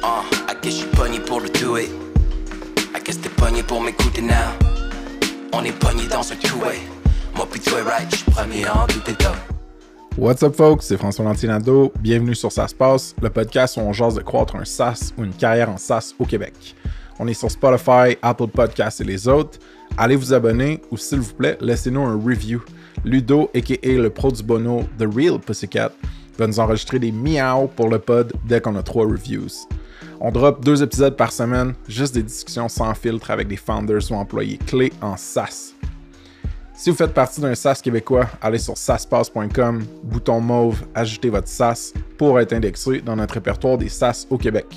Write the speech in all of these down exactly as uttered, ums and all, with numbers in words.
Uh, I guess je suis pogné pour le do it. I guess t'es pogné pour m'écouter now. On est pogné dans un two-way. Moi pis toi right, je suis premier à en douter d'eux. What's up folks, c'est François Lantinado. Bienvenue sur Ça se passe, le podcast où on jase de croître un SaaS ou une carrière en SaaS au Québec. On est sur Spotify, Apple Podcasts et les autres. Allez vous abonner ou s'il vous plaît, laissez-nous un review. Ludo, aka le pro du bono The Real Pussycat, va nous enregistrer des miaus pour le pod dès qu'on a trois reviews. On drop deux épisodes par semaine, juste des discussions sans filtre avec des founders ou employés clés en SaaS. Si vous faites partie d'un SaaS québécois, allez sur saspass point com, bouton mauve, ajoutez votre SaaS pour être indexé dans notre répertoire des SaaS au Québec.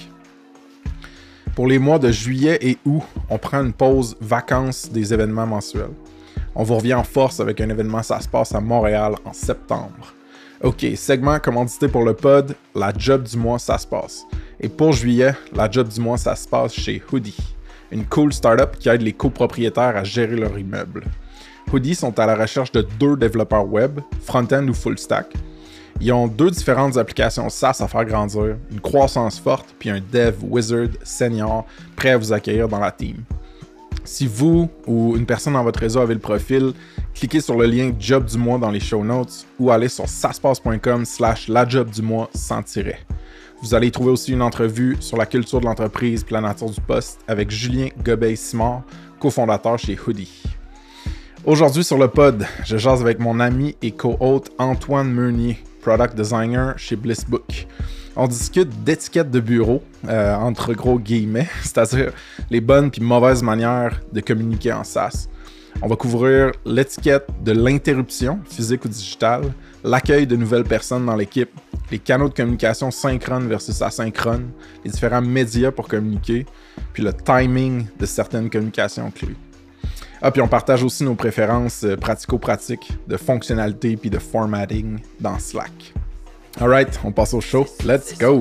Pour les mois de juillet et août, on prend une pause vacances des événements mensuels. On vous revient en force avec un événement Ça se passe à Montréal en septembre. Ok, segment commandité pour le pod, la job du mois Ça se passe. Et pour juillet, la job du mois Ça se passe chez Hoodie, une cool startup qui aide les copropriétaires à gérer leur immeuble. Hoodie sont à la recherche de deux développeurs web, front-end ou full-stack. Ils ont deux différentes applications SaaS à faire grandir, une croissance forte, puis un dev wizard senior prêt à vous accueillir dans la team. Si vous ou une personne dans votre réseau avez le profil, cliquez sur le lien Job du mois dans les show notes ou allez sur saspass point com slash la job du mois sans tiret. Vous allez y trouver aussi une entrevue sur la culture de l'entreprise et la nature du poste avec Julien Gobeil-Simard, cofondateur chez Hoodie. Aujourd'hui sur le pod, je jase avec mon ami et co-hôte Antoine Meunier, product designer chez Blissbook. On discute d'étiquettes de bureau, euh, entre gros guillemets, c'est-à-dire les bonnes puis mauvaises manières de communiquer en SaaS. On va couvrir l'étiquette de l'interruption, physique ou digitale, l'accueil de nouvelles personnes dans l'équipe, les canaux de communication synchrone versus asynchrone, les différents médias pour communiquer, puis le timing de certaines communications clés. Ah, puis on partage aussi nos préférences euh, pratico-pratiques de fonctionnalité puis de formatting dans Slack. Alright, on passe au show. Let's go!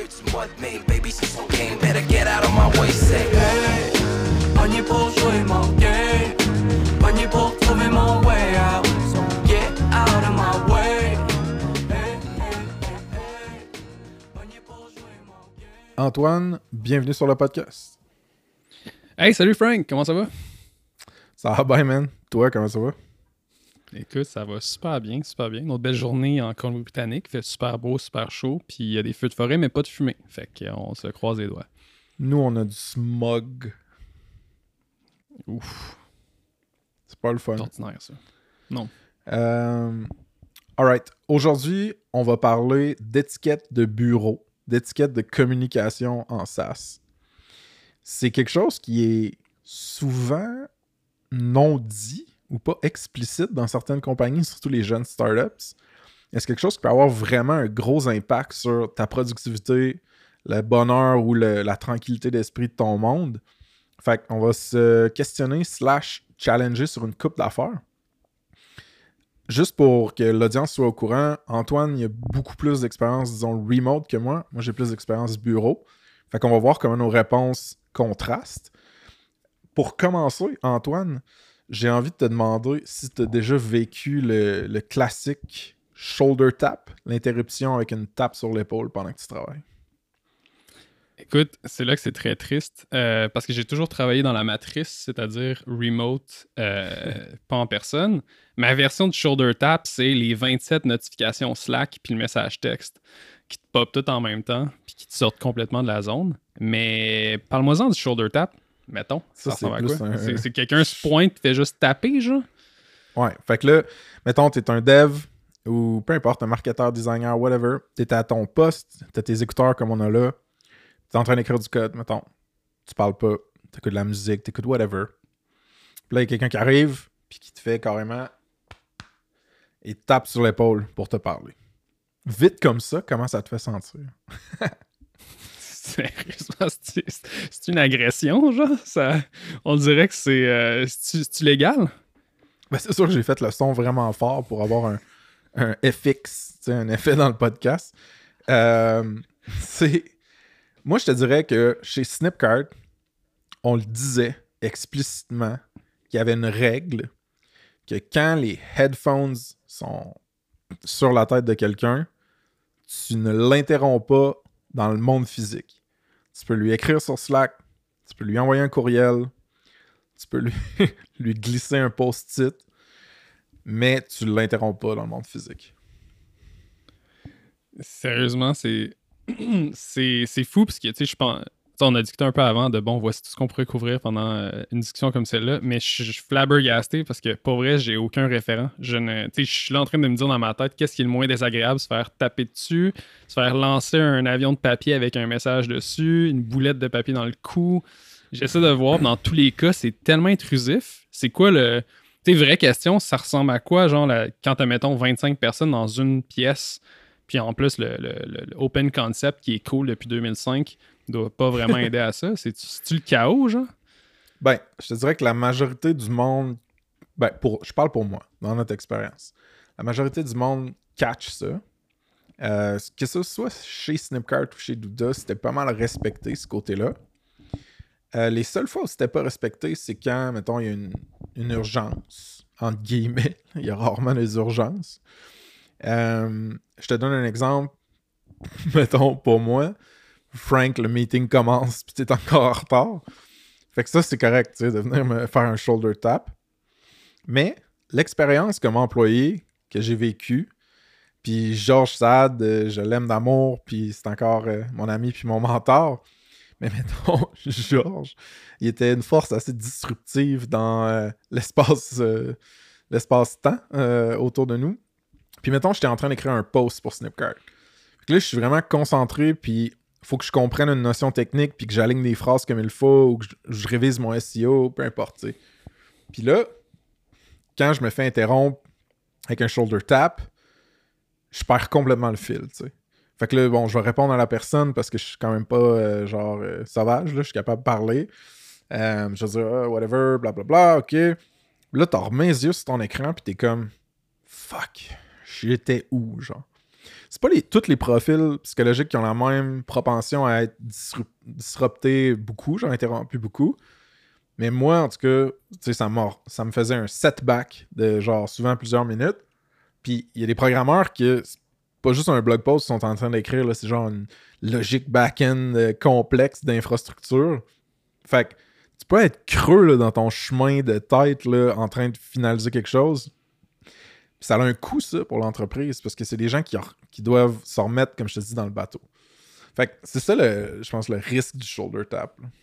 Antoine, bienvenue sur le podcast. Hey, salut Frank, comment ça va? Ça va bien, man. Toi, comment ça va? Écoute, ça va super bien, super bien. Une autre belle journée en Colombie-Britannique. Il fait super beau, super chaud. Puis il y a des feux de forêt, mais pas de fumée. Fait qu'on se croise les doigts. Nous, on a du smog. Ouf. C'est pas le fun. C'est ordinaire, ça. Non. Euh... Alright. Aujourd'hui, on va parler d'étiquette de bureau, d'étiquette de communication en SaaS. C'est quelque chose qui est souvent non dit ou pas explicite dans certaines compagnies, surtout les jeunes startups. Est-ce quelque chose qui peut avoir vraiment un gros impact sur ta productivité, le bonheur ou le, la tranquillité d'esprit de ton monde? Fait qu'on va se questionner slash challenger sur une couple d'affaires. Juste pour que l'audience soit au courant, Antoine, il a beaucoup plus d'expérience, disons, remote que moi. Moi, j'ai plus d'expérience bureau. Fait qu'on va voir comment nos réponses contrastent. Pour commencer, Antoine, j'ai envie de te demander si tu as déjà vécu le, le classique shoulder tap, l'interruption avec une tape sur l'épaule pendant que tu travailles. Écoute, c'est là que c'est très triste euh, parce que j'ai toujours travaillé dans la matrice, c'est-à-dire remote, euh, pas en personne. Ma version du shoulder tap, c'est les vingt-sept notifications Slack puis le message texte qui te pop tout en même temps puis qui te sortent complètement de la zone. Mais parle-moi-en du shoulder tap. Mettons, ça, ça c'est plus un... C'est, c'est quelqu'un se pointe et fait juste taper, genre? Ouais, fait que là, mettons, t'es un dev ou peu importe, un marketeur, designer, whatever, t'es à ton poste, t'as tes écouteurs comme on a là, t'es en train d'écrire du code, mettons, tu parles pas, t'écoutes de la musique, t'écoutes whatever. Puis là, il y a quelqu'un qui arrive puis qui te fait carrément et tape sur l'épaule pour te parler. Vite comme ça, comment ça te fait sentir? Sérieusement, c'est, c'est une agression, genre? Ça, on dirait que c'est... Euh, c'est-tu, c'est-tu légal? Ben, c'est sûr que j'ai fait le son vraiment fort pour avoir un, un F X, un effet dans le podcast. Euh, c'est... Moi, je te dirais que chez Snipcart, on le disait explicitement qu'il y avait une règle que quand les headphones sont sur la tête de quelqu'un, tu ne l'interromps pas dans le monde physique. Tu peux lui écrire sur Slack. Tu peux lui envoyer un courriel. Tu peux lui, lui glisser un post-it. Mais tu ne l'interromps pas dans le monde physique. Sérieusement, c'est... c'est, c'est fou parce que, tu sais, je pense... on a discuté un peu avant de bon, voici tout ce qu'on pourrait couvrir pendant euh, une discussion comme celle-là, mais je suis flabbergasté parce que pour vrai, j'ai aucun référent. Je ne, tu sais, je suis là en train de me dire dans ma tête qu'est-ce qui est le moins désagréable, se faire taper dessus, se faire lancer un avion de papier avec un message dessus, une boulette de papier dans le cou. J'essaie de voir, dans tous les cas, c'est tellement intrusif. C'est quoi le... Tu sais, vraie question, ça ressemble à quoi, genre, la... quand t'as, mettons, vingt-cinq personnes dans une pièce, puis en plus, le, le, le, le open concept qui est cool depuis deux mille cinq doit pas vraiment aider à ça. C'est-tu, c'est-tu le chaos, genre? Ben, je te dirais que la majorité du monde... Ben, pour, je parle pour moi, dans notre expérience. La majorité du monde catch ça. Euh, que ce soit chez Snipcart ou chez Douda, c'était pas mal respecté, ce côté-là. Euh, les seules fois où c'était pas respecté, c'est quand, mettons, il y a une, une urgence, entre guillemets. Il y a rarement des urgences. Euh, je te donne un exemple. Mettons, pour moi, Frank, le meeting commence, puis t'es encore en retard. Fait que ça, c'est correct, tu sais, de venir me faire un shoulder tap. Mais l'expérience comme employé que j'ai vécue, puis Georges Sade, euh, je l'aime d'amour, puis c'est encore euh, mon ami puis mon mentor. Mais mettons, Georges, il était une force assez disruptive dans euh, l'espace, euh, l'espace-temps euh, autour de nous. Puis mettons, j'étais en train d'écrire un post pour Snipcart. Fait que là, je suis vraiment concentré, puis il faut que je comprenne une notion technique, puis que j'aligne des phrases comme il faut, ou que je, je révise mon S E O, peu importe, tu sais. Puis là, quand je me fais interrompre avec un shoulder tap, je perds complètement le fil, tu sais. Fait que là, bon, je vais répondre à la personne parce que je suis quand même pas, euh, genre, euh, sauvage, là. Je suis capable de parler. Euh, je vais dire, ah, whatever, blablabla, ok. Là, t'as remis les yeux sur ton écran, puis t'es comme, fuck, j'étais où, genre? C'est pas les, tous les profils psychologiques qui ont la même propension à être disrup- disruptés beaucoup, j'ai interrompu beaucoup. Mais moi, en tout cas, tu sais, ça, ça me faisait un setback de genre souvent plusieurs minutes. Puis il y a des programmeurs qui, c'est pas juste un blog post qu'ils sont en train d'écrire, là, c'est genre une logique back-end euh, complexe d'infrastructure. Fait que tu peux être creux là, dans ton chemin de tête là, en train de finaliser quelque chose. Puis ça a un coût, ça, pour l'entreprise, parce que c'est des gens qui, qui doivent se remettre, comme je te dis, dans le bateau. Fait que c'est ça, le, je pense, le risque du shoulder tap. Là.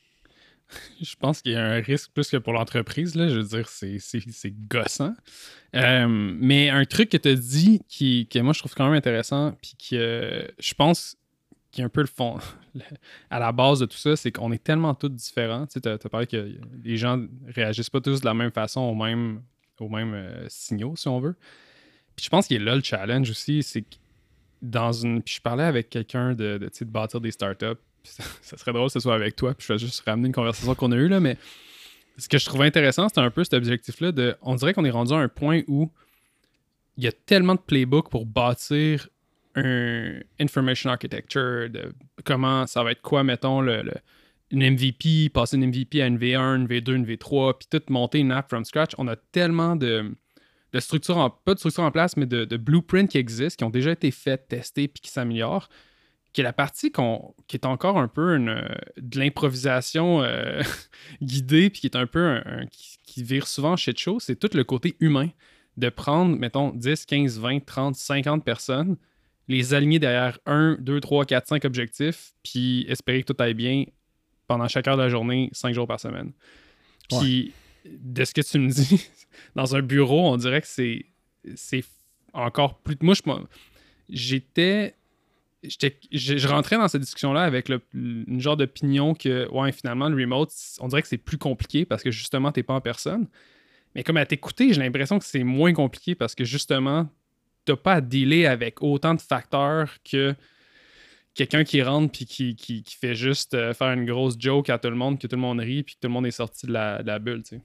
Je pense qu'il y a un risque plus que pour l'entreprise, là. Je veux dire, c'est, c'est, c'est gossant. Euh, mais un truc que tu as dit qui, que moi, je trouve quand même intéressant, puis que euh, je pense qui est un peu le fond, à la base de tout ça, c'est qu'on est tellement tous différents. Tu sais, tu as parlé que les gens réagissent pas tous de la même façon aux mêmes, aux mêmes euh, signaux, si on veut. Puis je pense qu'il est là le challenge aussi, c'est que dans une... Puis je parlais avec quelqu'un de, de, de bâtir des startups, ça, ça serait drôle que ce soit avec toi, puis je vais juste ramener une conversation qu'on a eue, là, mais ce que je trouvais intéressant, c'était un peu cet objectif-là de... On dirait qu'on est rendu à un point où il y a tellement de playbooks pour bâtir un information architecture, de comment ça va être quoi, mettons, le, le, une M V P, passer une M V P à une V un, une V deux, une V trois, puis tout monter une app from scratch. On a tellement de, de structures, en, pas de structures en place, mais de, de blueprints qui existent, qui ont déjà été faits, testés, puis qui s'améliorent, qui est la partie qu'on, qui est encore un peu une, de l'improvisation euh, guidée, puis qui est un peu un, un, qui, qui vire souvent shit show, c'est tout le côté humain, de prendre, mettons, dix, quinze, vingt, trente, cinquante personnes, les aligner derrière un, deux, trois, quatre, cinq objectifs, puis espérer que tout aille bien pendant chaque heure de la journée, cinq jours par semaine. Puis, ouais. De ce que tu me dis, dans un bureau, on dirait que c'est, c'est encore plus... Moi, je, j'étais... j'étais je, je rentrais dans cette discussion-là avec le, une genre d'opinion que, ouais, finalement, le remote, on dirait que c'est plus compliqué parce que, justement, t'es pas en personne. Mais comme à t'écouter, j'ai l'impression que c'est moins compliqué parce que, justement, t'as pas à dealer avec autant de facteurs que quelqu'un qui rentre puis qui, qui, qui fait juste euh, faire une grosse joke à tout le monde, que tout le monde rit puis que tout le monde est sorti de la, de la bulle, tu sais.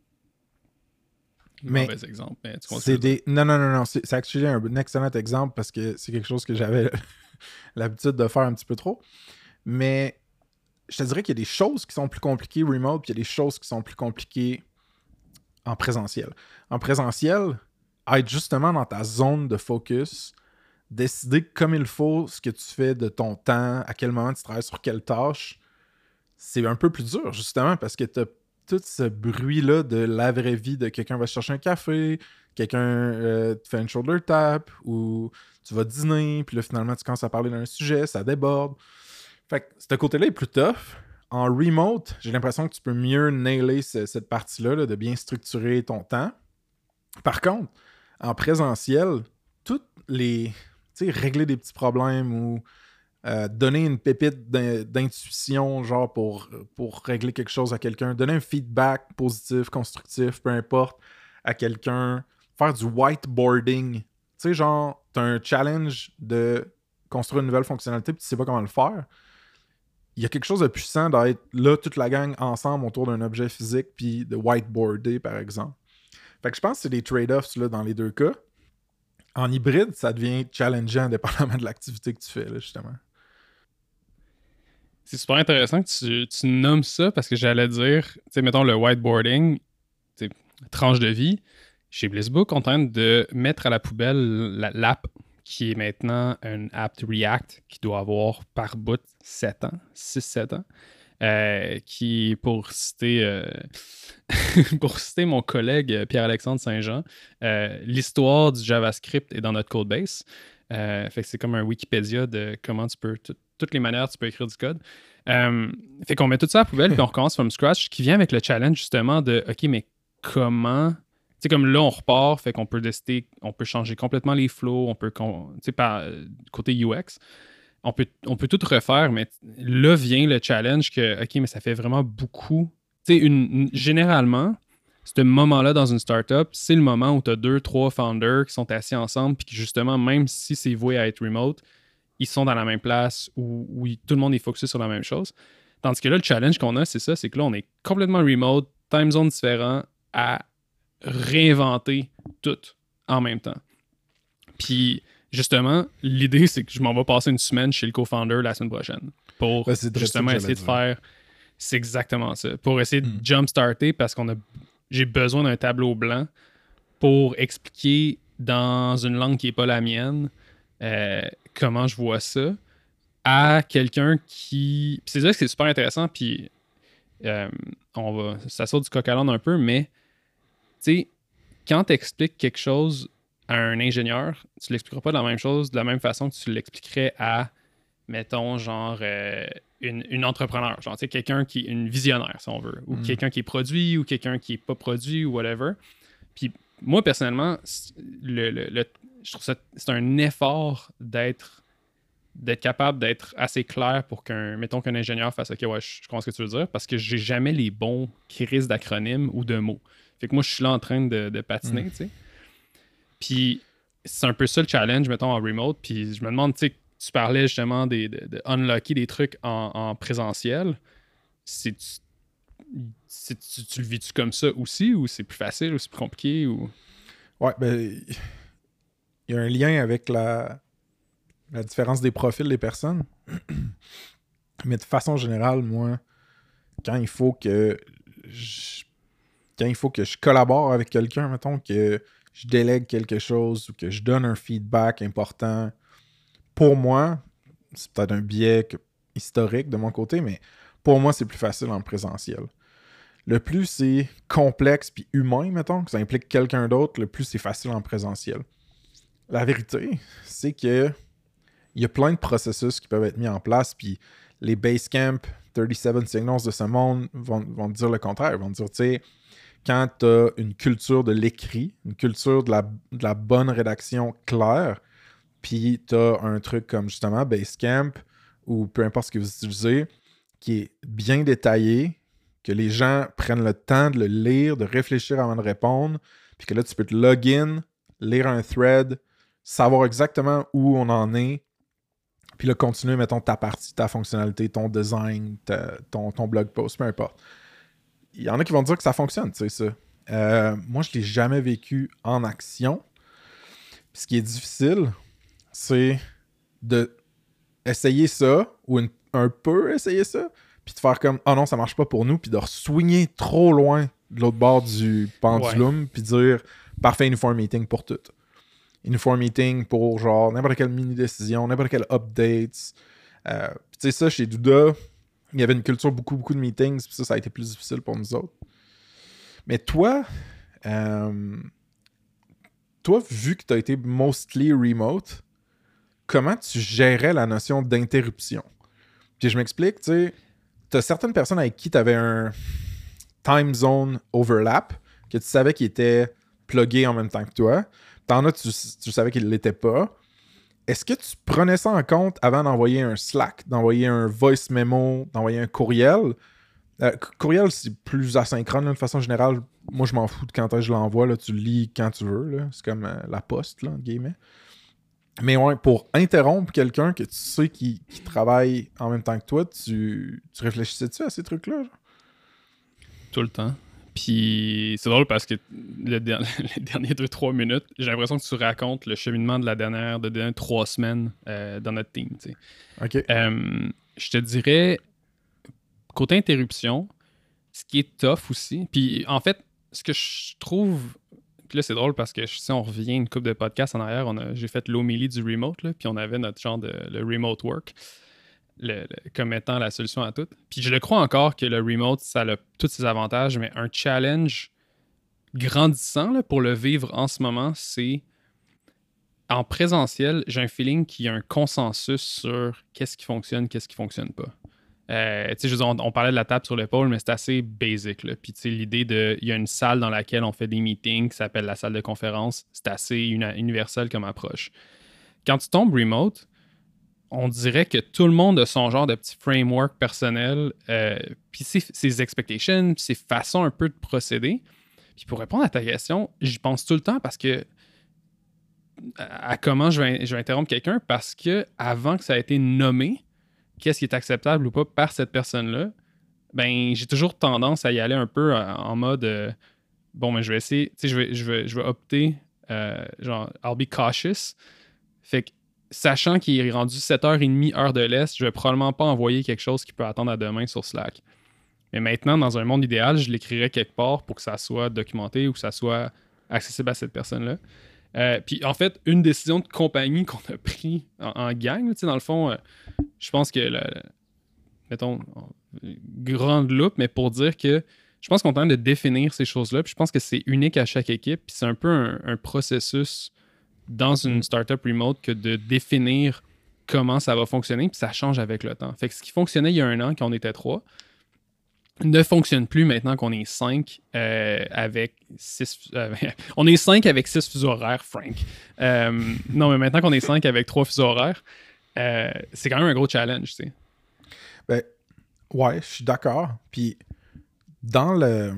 Mais mauvais exemple, mais tu c'est des... Non, non, non, non. C'est, c'est actually un excellent exemple parce que c'est quelque chose que j'avais l'habitude de faire un petit peu trop. Mais je te dirais qu'il y a des choses qui sont plus compliquées remote puis il y a des choses qui sont plus compliquées en présentiel. En présentiel, être justement dans ta zone de focus, décider comme il faut ce que tu fais de ton temps, à quel moment tu travailles sur quelle tâche, c'est un peu plus dur, justement, parce que tu as tout ce bruit-là de la vraie vie, de quelqu'un va chercher un café, quelqu'un euh, te fait une shoulder tap, ou tu vas dîner, puis là, finalement, tu commences à parler d'un sujet, ça déborde. Fait que ce côté-là est plus tough. En remote, j'ai l'impression que tu peux mieux nailer ce, cette partie-là, là, de bien structurer ton temps. Par contre, en présentiel, toutes les... Tu sais, régler des petits problèmes ou euh, donner une pépite d'in- d'intuition, genre pour, pour régler quelque chose à quelqu'un, donner un feedback positif, constructif, peu importe, à quelqu'un, faire du whiteboarding. Tu sais, genre, t'as un challenge de construire une nouvelle fonctionnalité puis tu sais pas comment le faire. Il y a quelque chose de puissant d'être là, toute la gang, ensemble, autour d'un objet physique puis de whiteboarder, par exemple. Fait que je pense que c'est des trade-offs là, dans les deux cas. En hybride, ça devient challengeant dépendamment de l'activité que tu fais, là, justement. C'est super intéressant que tu, tu nommes ça parce que j'allais dire, tu sais, mettons le whiteboarding, tu sais, tranche de vie. Chez Blissbook, on tente de mettre à la poubelle la, l'app qui est maintenant une app de React qui doit avoir par bout sept ans, six sept ans. Euh, qui, pour citer, euh, pour citer mon collègue Pierre-Alexandre Saint-Jean, euh, l'histoire du JavaScript est dans notre codebase. Euh, fait que c'est comme un Wikipédia de comment tu peux, tout, toutes les manières tu peux écrire du code. Euh, fait qu'on met tout ça à la poubelle puis on recommence from scratch, qui vient avec le challenge justement de OK, mais comment. Tu sais, comme là, on repart, fait qu'on peut décider, on peut changer complètement les flows, on peut, tu sais, par côté U X. On peut, on peut tout refaire, mais là vient le challenge que, OK, mais ça fait vraiment beaucoup. Tu sais, une, une, généralement, ce moment-là dans une startup, c'est le moment où tu as deux, trois founders qui sont assis ensemble, puis qui justement, même si c'est voué à être remote, ils sont dans la même place, où, où tout le monde est focusé sur la même chose. Tandis que là, le challenge qu'on a, c'est ça, c'est que là, on est complètement remote, time zone différent, à réinventer tout en même temps. Puis... Justement, l'idée, c'est que je m'en vais passer une semaine chez le co-founder la semaine prochaine pour ben, c'est justement essayer de faire... C'est exactement ça. Pour essayer de mm. jump-starter parce qu'on a j'ai besoin d'un tableau blanc pour expliquer dans une langue qui n'est pas la mienne euh, comment je vois ça à quelqu'un qui... Puis c'est ça que c'est super intéressant, puis euh, on va... ça saute du coq à l'âne un peu, mais tu sais, quand tu expliques quelque chose à un ingénieur, tu l'expliqueras pas de la même chose, de la même façon que tu l'expliquerais à, mettons, genre, euh, une, une entrepreneur, genre, tu sais, quelqu'un qui est une visionnaire, si on veut, ou mm. quelqu'un qui est produit, ou quelqu'un qui est pas produit, ou whatever. Puis moi, personnellement, le, le, le, je trouve ça, c'est un effort d'être, d'être capable d'être assez clair pour qu'un, mettons, qu'un ingénieur fasse « OK, ouais, je, je comprends ce que tu veux dire », parce que j'ai jamais les bons crises d'acronymes ou de mots. Fait que moi, je suis là en train de, de patiner, mm. tu sais. Puis c'est un peu ça le challenge, mettons, en remote. Puis je me demande, tu sais, tu parlais justement des, de, de unlocker des trucs en, en présentiel. C'est, c'est, tu, tu le vis-tu comme ça aussi, ou c'est plus facile, ou c'est plus compliqué? Ou... Ouais, ben, il y a un lien avec la, la différence des profils des personnes. Mais de façon générale, moi, quand il faut que je, quand il faut que je collabore avec quelqu'un, mettons, que je délègue quelque chose ou que je donne un feedback important, pour moi, c'est peut-être un biais que, historique de mon côté, mais pour moi, c'est plus facile en présentiel. Le plus c'est complexe puis humain, mettons, que ça implique quelqu'un d'autre, le plus c'est facile en présentiel. La vérité, c'est que il y a plein de processus qui peuvent être mis en place, puis les Basecamp, trente-sept Signals de ce monde vont, vont te dire le contraire. Ils vont te dire, tu sais, quand tu as une culture de l'écrit, une culture de la, de la bonne rédaction claire, puis tu as un truc comme justement Basecamp ou peu importe ce que vous utilisez, qui est bien détaillé, que les gens prennent le temps de le lire, de réfléchir avant de répondre, puis que là, tu peux te login, lire un thread, savoir exactement où on en est, puis là, continuer, mettons, ta partie, ta fonctionnalité, ton design, ta, ton, ton blog post, peu importe. Il y en a qui vont dire que ça fonctionne, tu sais, ça. Euh, moi, je ne l'ai jamais vécu en action. Puis ce qui est difficile, c'est de essayer ça, ou une, un peu essayer ça, puis de faire comme « Ah oh non, ça marche pas pour nous », puis de re-swinger trop loin de l'autre bord du pendulum, ouais. Puis dire « Parfait, uniform meeting pour tout ». Uniform Meeting pour genre n'importe quelle mini-décision, n'importe quelle updates. Euh, tu sais, ça, chez Douda, il y avait une culture beaucoup, beaucoup de meetings, puis ça, ça a été plus difficile pour nous autres. Mais toi, euh, toi, vu que tu as été mostly remote, comment tu gérais la notion d'interruption? Puis je m'explique, tu sais, tu as certaines personnes avec qui tu avais un time zone overlap, que tu savais qu'ils étaient pluggés en même temps que toi. T'en as, tu, tu savais qu'ils ne l'étaient pas. Est-ce que tu prenais ça en compte avant d'envoyer un Slack, d'envoyer un voice memo, d'envoyer un courriel? Euh, courriel, c'est plus asynchrone, là, de façon générale. Moi, je m'en fous de quand je l'envoie. Là, tu le lis quand tu veux. Là. C'est comme euh, la poste, là, entre guillemets. Mais ouais, pour interrompre quelqu'un que tu sais qui, qui travaille en même temps que toi, tu, tu réfléchissais-tu à ces trucs-là? Genre? Tout le temps. Puis c'est drôle parce que le der- les derniers deux trois minutes, j'ai l'impression que tu racontes le cheminement de la dernière, de dernière trois semaines euh, dans notre team. Tu sais. OK. Euh, je te dirais, côté interruption, ce qui est tough aussi, puis en fait, ce que je trouve, puis là c'est drôle parce que si on revient une couple de podcasts en arrière, on a, j'ai fait l'homélie du remote, là, puis on avait notre genre de le remote work. Le, le, comme étant la solution à tout. Puis je le crois encore que le remote, ça a tous ses avantages, mais un challenge grandissant là, pour le vivre en ce moment, c'est en présentiel, j'ai un feeling qu'il y a un consensus sur qu'est-ce qui fonctionne, qu'est-ce qui fonctionne pas. Euh, tu sais, on, on parlait de la table sur l'épaule, mais c'est assez basic. Là. Puis tu sais, l'idée de, il y a une salle dans laquelle on fait des meetings qui s'appelle la salle de conférence, c'est assez uni- universel comme approche. Quand tu tombes remote, on dirait que tout le monde a son genre de petit framework personnel, euh, puis ses, ses expectations, puis ses façons un peu de procéder. Puis pour répondre à ta question, j'y pense tout le temps parce que à, à comment je vais, je vais interrompre quelqu'un, parce que avant que ça ait été nommé, qu'est-ce qui est acceptable ou pas par cette personne-là, ben j'ai toujours tendance à y aller un peu en, en mode euh, bon, mais je vais essayer, tu sais, je vais, je vais, je vais opter, euh, genre, I'll be cautious. Fait que sachant qu'il est rendu sept heures trente, heure de l'Est, je vais probablement pas envoyer quelque chose qui peut attendre à demain sur Slack. Mais maintenant, dans un monde idéal, je l'écrirais quelque part pour que ça soit documenté ou que ça soit accessible à cette personne-là. Euh, puis en fait, une décision de compagnie qu'on a pris en, en gang, tu sais, dans le fond, euh, je pense que, la, la, mettons, grande loupe, mais pour dire que je pense qu'on tente de définir ces choses-là, puis je pense que c'est unique à chaque équipe, puis c'est un peu un, un processus dans une startup remote que de définir comment ça va fonctionner, puis ça change avec le temps. Fait que ce qui fonctionnait il y a un an, quand on était trois, ne fonctionne plus maintenant qu'on est cinq euh, avec six... Euh, on est cinq avec six fuseaux horaires, Frank. Euh, non, mais maintenant qu'on est cinq avec trois fuseaux horaires, euh, c'est quand même un gros challenge, tu sais. Ben, ouais, je suis d'accord. Puis, dans le...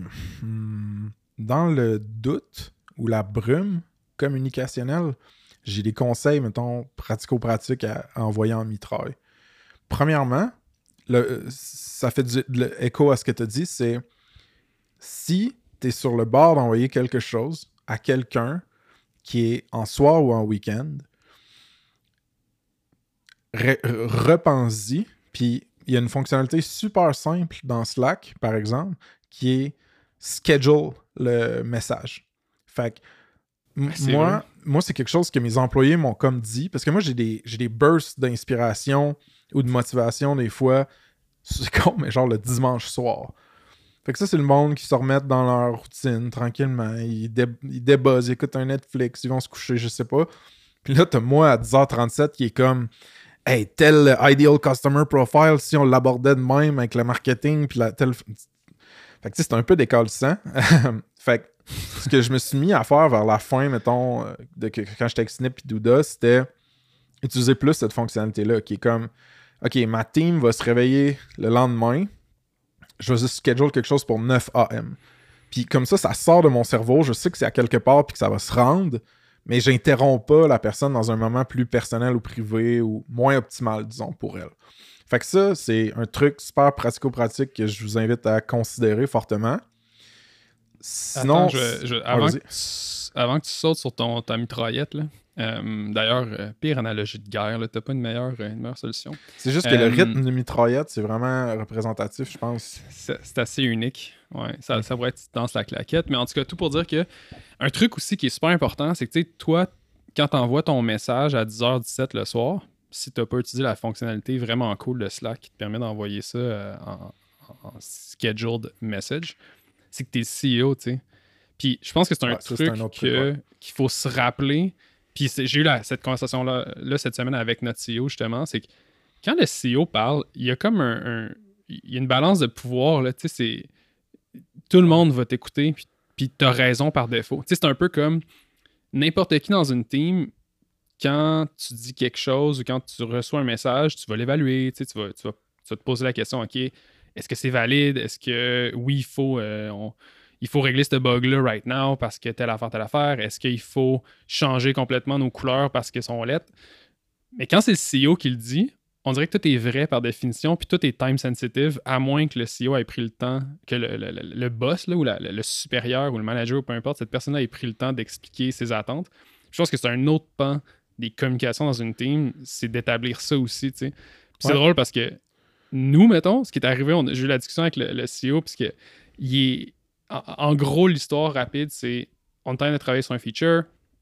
Dans le doute ou la brume communicationnelle, j'ai des conseils, mettons, pratico-pratiques à, à envoyer en mitraille. Premièrement, le, ça fait du le, écho à ce que tu as dit, c'est si tu es sur le bord d'envoyer quelque chose à quelqu'un qui est en soir ou en week-end, re, repense-y, puis il y a une fonctionnalité super simple dans Slack, par exemple, qui est schedule le message. Fait que m- c'est moi, vrai. moi, c'est quelque chose que mes employés m'ont comme dit, parce que moi, j'ai des, j'ai des bursts d'inspiration ou de motivation des fois, c'est con, mais genre le dimanche soir. Fait que ça, c'est le monde qui se remettent dans leur routine tranquillement. Ils, dé- ils débuzzent, ils écoutent un Netflix, ils vont se coucher, je sais pas. Puis là, t'as moi à dix heures trente-sept qui est comme hey, tel ideal customer profile, si on l'abordait de même avec le marketing, puis la telle. Fait que tu sais, c'est un peu décalissant. Fait que ce que je me suis mis à faire vers la fin, mettons, de que, quand j'étais avec Snip et Douda, c'était utiliser plus cette fonctionnalité-là, qui est comme OK, ma team va se réveiller le lendemain, je vais juste schedule quelque chose pour neuf a.m. Puis comme ça, ça sort de mon cerveau, je sais que c'est à quelque part puis que ça va se rendre, mais j'interromps pas la personne dans un moment plus personnel ou privé ou moins optimal, disons, pour elle. Fait que ça, c'est un truc super pratico-pratique que je vous invite à considérer fortement. Sinon, Attends, je, je, avant, ouais, que tu, avant que tu sautes sur ton, ta mitraillette, là, euh, d'ailleurs, euh, pire analogie de guerre, là, t'as pas une meilleure, une meilleure solution. C'est juste que euh, le rythme de mitraillette, c'est vraiment représentatif, je pense. C'est, c'est assez unique. Ouais, ça, ça pourrait être danse la claquette. Mais en tout cas, tout pour dire que un truc aussi qui est super important, c'est que tu sais, toi, quand tu envoies ton message à dix heures dix-sept le soir, si tu n'as pas utilisé la fonctionnalité vraiment cool de Slack qui te permet d'envoyer ça euh, en, en scheduled message, c'est que tu es le C E O, tu sais. Puis je pense que c'est un ouais, truc, ça, c'est un autre truc que, ouais. qu'il faut se rappeler. Puis j'ai eu la, cette conversation-là là, cette semaine avec notre C E O, justement, c'est que quand le C E O parle, il y a comme un, un il y a une balance de pouvoir, là, tu sais, c'est... Tout le monde va t'écouter, puis, puis t'as raison par défaut. Tu sais, c'est un peu comme n'importe qui dans une team, quand tu dis quelque chose ou quand tu reçois un message, tu vas l'évaluer, tu sais, tu vas, tu vas, tu vas te poser la question, OK, est-ce que c'est valide? Est-ce que, oui, il faut, euh, on, il faut régler ce bug-là right now parce que telle affaire, telle affaire? Est-ce qu'il faut changer complètement nos couleurs parce qu'elles sont lettres? Mais quand c'est le C E O qui le dit, on dirait que tout est vrai par définition, puis tout est time sensitive, à moins que le C E O ait pris le temps, que le, le, le, le boss, là, ou la, le, le supérieur, ou le manager, ou peu importe, cette personne-là ait pris le temps d'expliquer ses attentes. Je pense que c'est un autre pan des communications dans une team, c'est d'établir ça aussi, tu sais. Puis c'est ouais. drôle parce que nous, mettons, ce qui est arrivé, on, j'ai eu la discussion avec le, le C E O, puisque il est, en, en gros, l'histoire rapide, c'est on est en train de travailler sur un feature,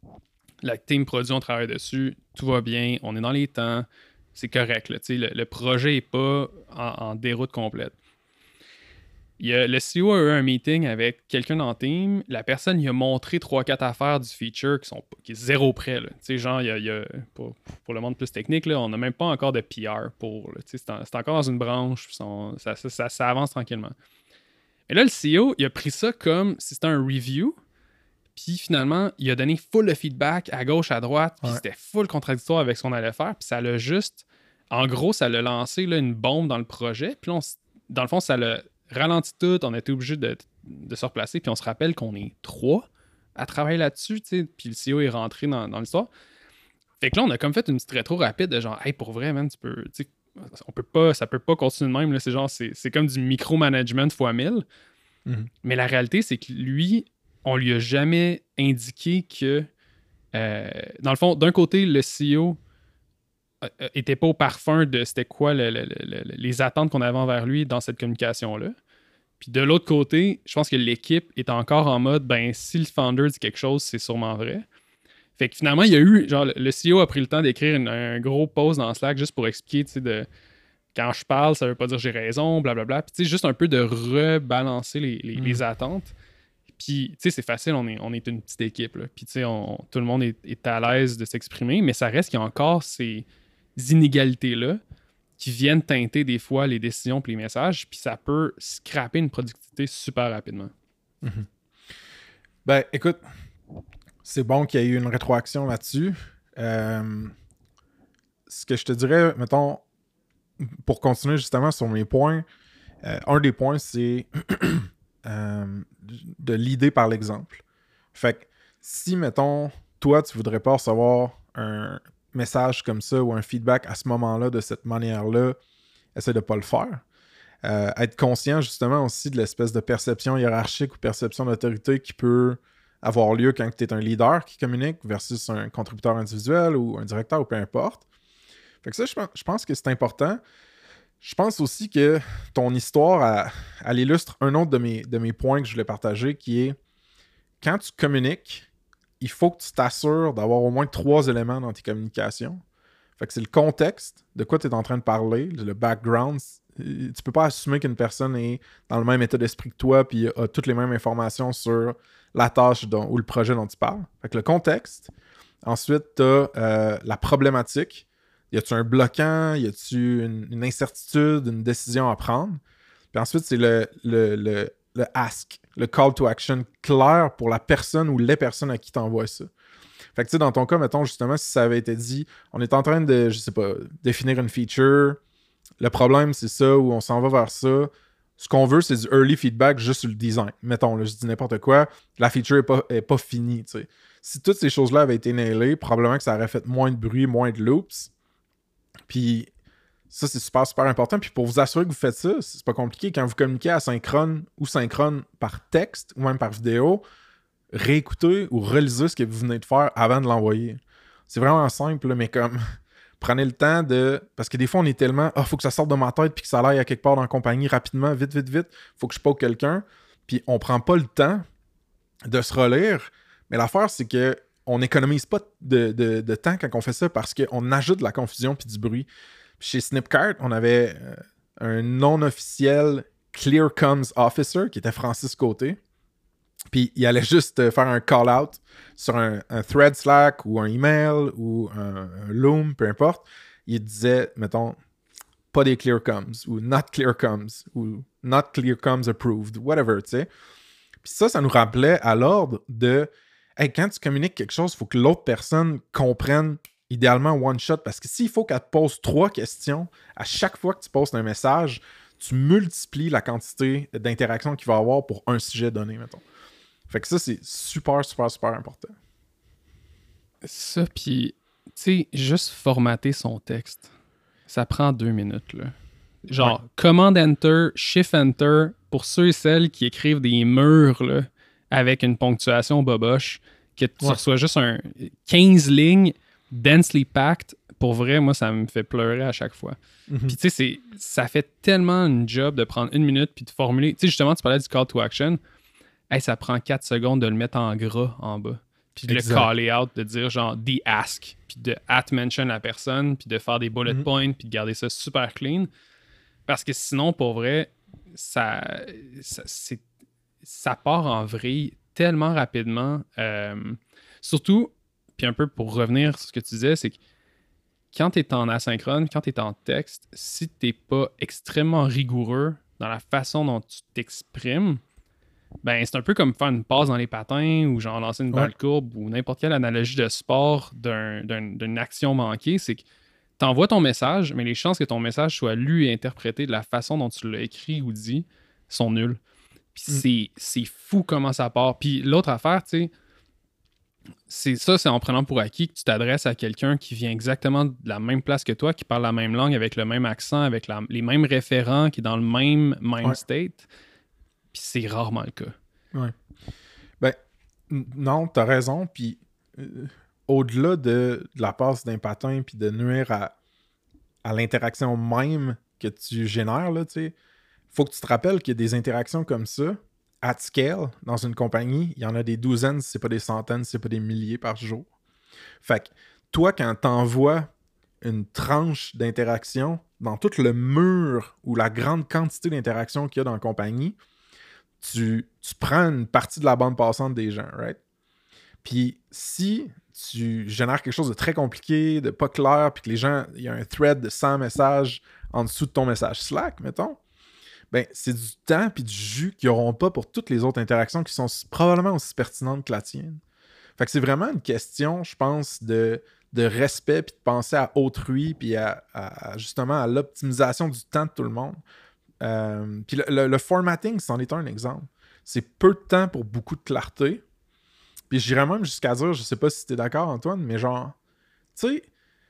la team produit, on travaille dessus, tout va bien, on est dans les temps, c'est correct, là, le, le projet n'est pas en, en déroute complète. Il y a, le C E O a eu un meeting avec quelqu'un dans le team, la personne lui a montré trois quatre affaires du feature qui sont qui est zéro près. Là. Genre, il y a, il y a, pour, pour le monde plus technique, là, on n'a même pas encore de P R pour. Là, c'est, en, c'est encore dans une branche, son, ça, ça, ça, ça avance tranquillement. Et là, le C E O, il a pris ça comme si c'était un review. Puis finalement, il a donné full de feedback à gauche, à droite. Puis ouais. C'était full contradictoire avec ce qu'on allait faire. Puis ça l'a juste... En gros, ça l'a lancé là, une bombe dans le projet. Puis là, on, dans le fond, ça l'a ralenti tout. On a été obligé de, de se replacer. Puis on se rappelle qu'on est trois à travailler là-dessus. T'sais. Puis le C E O est rentré dans, dans l'histoire. Fait que là, on a comme fait une petite rétro rapide de genre, hey, pour vrai, man, tu peux... On peut pas, ça peut pas continuer de même. Là. C'est genre, c'est, c'est comme du micromanagement fois mille. Mm-hmm. Mais la réalité, c'est que lui... on lui a jamais indiqué que, euh, dans le fond, d'un côté, le C E O euh, était pas au parfum de c'était quoi le, le, le, les attentes qu'on avait envers lui dans cette communication-là. Puis de l'autre côté, je pense que l'équipe est encore en mode, ben si le founder dit quelque chose, c'est sûrement vrai. Fait que finalement, il y a eu, genre, le C E O a pris le temps d'écrire une, un gros post dans Slack juste pour expliquer, tu sais, de quand je parle, ça veut pas dire j'ai raison, blablabla. Puis tu sais, juste un peu de rebalancer les, les, mmh. les attentes. Puis, tu sais, c'est facile, on est, on est une petite équipe. Là. Puis, tu sais, tout le monde est, est à l'aise de s'exprimer, mais ça reste qu'il y a encore ces inégalités-là qui viennent teinter des fois les décisions et les messages, puis ça peut scraper une productivité super rapidement. Mm-hmm. Ben, écoute, c'est bon qu'il y ait eu une rétroaction là-dessus. Euh, ce que je te dirais, mettons, pour continuer justement sur mes points, euh, un des points, c'est... Euh, de l'idée par l'exemple. Fait que si, mettons, toi, tu voudrais pas recevoir un message comme ça ou un feedback à ce moment-là, de cette manière-là, essaie de pas le faire. Euh, être conscient, justement, aussi de l'espèce de perception hiérarchique ou perception d'autorité qui peut avoir lieu quand tu es un leader qui communique versus un contributeur individuel ou un directeur ou peu importe. Fait que ça, je pense que c'est important. Je pense aussi que ton histoire, elle, elle illustre un autre de mes, de mes points que je voulais partager, qui est quand tu communiques, il faut que tu t'assures d'avoir au moins trois éléments dans tes communications. Fait que c'est le contexte, de quoi tu es en train de parler, le background. Tu peux pas assumer qu'une personne est dans le même état d'esprit que toi puis a toutes les mêmes informations sur la tâche dont, ou le projet dont tu parles. Fait que le contexte. Ensuite, tu as euh, la problématique. Y a-tu un bloquant? Y a-tu une, une incertitude, une décision à prendre? Puis ensuite, c'est le, le, le, le ask, le call to action clair pour la personne ou les personnes à qui tu envoies ça. Fait que tu sais, dans ton cas, mettons justement, si ça avait été dit, on est en train de, je sais pas, définir une feature, le problème c'est ça, ou on s'en va vers ça. Ce qu'on veut, c'est du early feedback juste sur le design. Mettons, là, je dis n'importe quoi, la feature est pas, est pas finie, tu sais. Si toutes ces choses-là avaient été nailées, probablement que ça aurait fait moins de bruit, moins de loops. Puis ça, c'est super, super important. Puis pour vous assurer que vous faites ça, c'est pas compliqué. Quand vous communiquez asynchrone ou synchrone par texte ou même par vidéo, réécoutez ou relisez ce que vous venez de faire avant de l'envoyer. C'est vraiment simple, mais comme prenez le temps de... Parce que des fois, on est tellement... Ah, oh, faut que ça sorte de ma tête puis que ça aille à quelque part dans la compagnie rapidement, vite, vite, vite. Faut que je poke quelqu'un. Puis on prend pas le temps de se relire. Mais l'affaire, c'est que on n'économise pas de, de, de temps quand on fait ça parce qu'on ajoute de la confusion puis du bruit. Puis chez Snipcart, on avait euh, un non-officiel Clear Comms Officer qui était Francis Côté. Puis il allait juste euh, faire un call-out sur un, un thread Slack ou un email ou un, un Loom, peu importe. Il disait, mettons, pas des Clear Comms ou not Clear Comms ou not Clear Comms approved, whatever, tu sais. Puis ça, ça nous rappelait à l'ordre de hey, quand tu communiques quelque chose, il faut que l'autre personne comprenne idéalement one shot. Parce que s'il faut qu'elle te pose trois questions à chaque fois que tu postes un message, tu multiplies la quantité d'interactions qu'il va y avoir pour un sujet donné, mettons. Fait que ça, c'est super, super, super important. Ça, puis, tu sais, juste formater son texte, ça prend deux minutes, là. Genre, ouais. Command Enter, Shift Enter, pour ceux et celles qui écrivent des murs, là, avec une ponctuation boboche, que tu ouais. reçois juste un quinze lignes, densely packed. Pour vrai, moi, ça me fait pleurer à chaque fois. Mm-hmm. Puis, tu sais, ça fait tellement une job de prendre une minute puis de formuler. Tu sais, justement, tu parlais du call to action. Hey, ça prend quatre secondes de le mettre en gras en bas. Puis de exact. Le caller out, de dire genre the ask, puis de at mention la personne, puis de faire des bullet mm-hmm. points, puis de garder ça super clean. Parce que sinon, pour vrai, ça, ça, c'est, ça part en vrille tellement rapidement. Euh, surtout, puis un peu pour revenir sur ce que tu disais, c'est que quand tu es en asynchrone, quand tu es en texte, si tu n'es pas extrêmement rigoureux dans la façon dont tu t'exprimes, ben c'est un peu comme faire une passe dans les patins ou genre lancer une balle ouais. courbe ou n'importe quelle analogie de sport d'un, d'un, d'une action manquée. C'est que tu envoies ton message, mais les chances que ton message soit lu et interprété de la façon dont tu l'as écrit ou dit sont nulles. Puis mm. c'est, c'est fou comment ça part. Puis l'autre affaire, tu sais, c'est ça, c'est en prenant pour acquis que tu t'adresses à quelqu'un qui vient exactement de la même place que toi, qui parle la même langue, avec le même accent, avec la, les mêmes référents, qui est dans le même mind ouais. state. Puis c'est rarement le cas. Ouais. Ben, n- non, t'as raison. Puis euh, au-delà de, de la passe d'un patin puis de nuire à, à l'interaction même que tu génères, là, tu sais, faut que tu te rappelles qu'il y a des interactions comme ça, at scale, dans une compagnie, il y en a des douzaines, si c'est pas des centaines, si c'est pas des milliers par jour. Fait que toi, quand t'envoies une tranche d'interaction dans tout le mur ou la grande quantité d'interactions qu'il y a dans la compagnie, Tu, tu prends une partie de la bande passante des gens, right? Puis si tu génères quelque chose de très compliqué, de pas clair, puis que les gens, il y a un thread de cent messages en dessous de ton message Slack, mettons, ben c'est du temps puis du jus qu'ils n'auront pas pour toutes les autres interactions qui sont probablement aussi pertinentes que la tienne. Fait que c'est vraiment une question, je pense, de, de respect puis de penser à autrui puis à, à, à justement à l'optimisation du temps de tout le monde. Euh, puis le, le, le formatting, c'en est un exemple. C'est peu de temps pour beaucoup de clarté. Puis j'irais même jusqu'à dire, je sais pas si t'es d'accord, Antoine, mais genre, tu sais,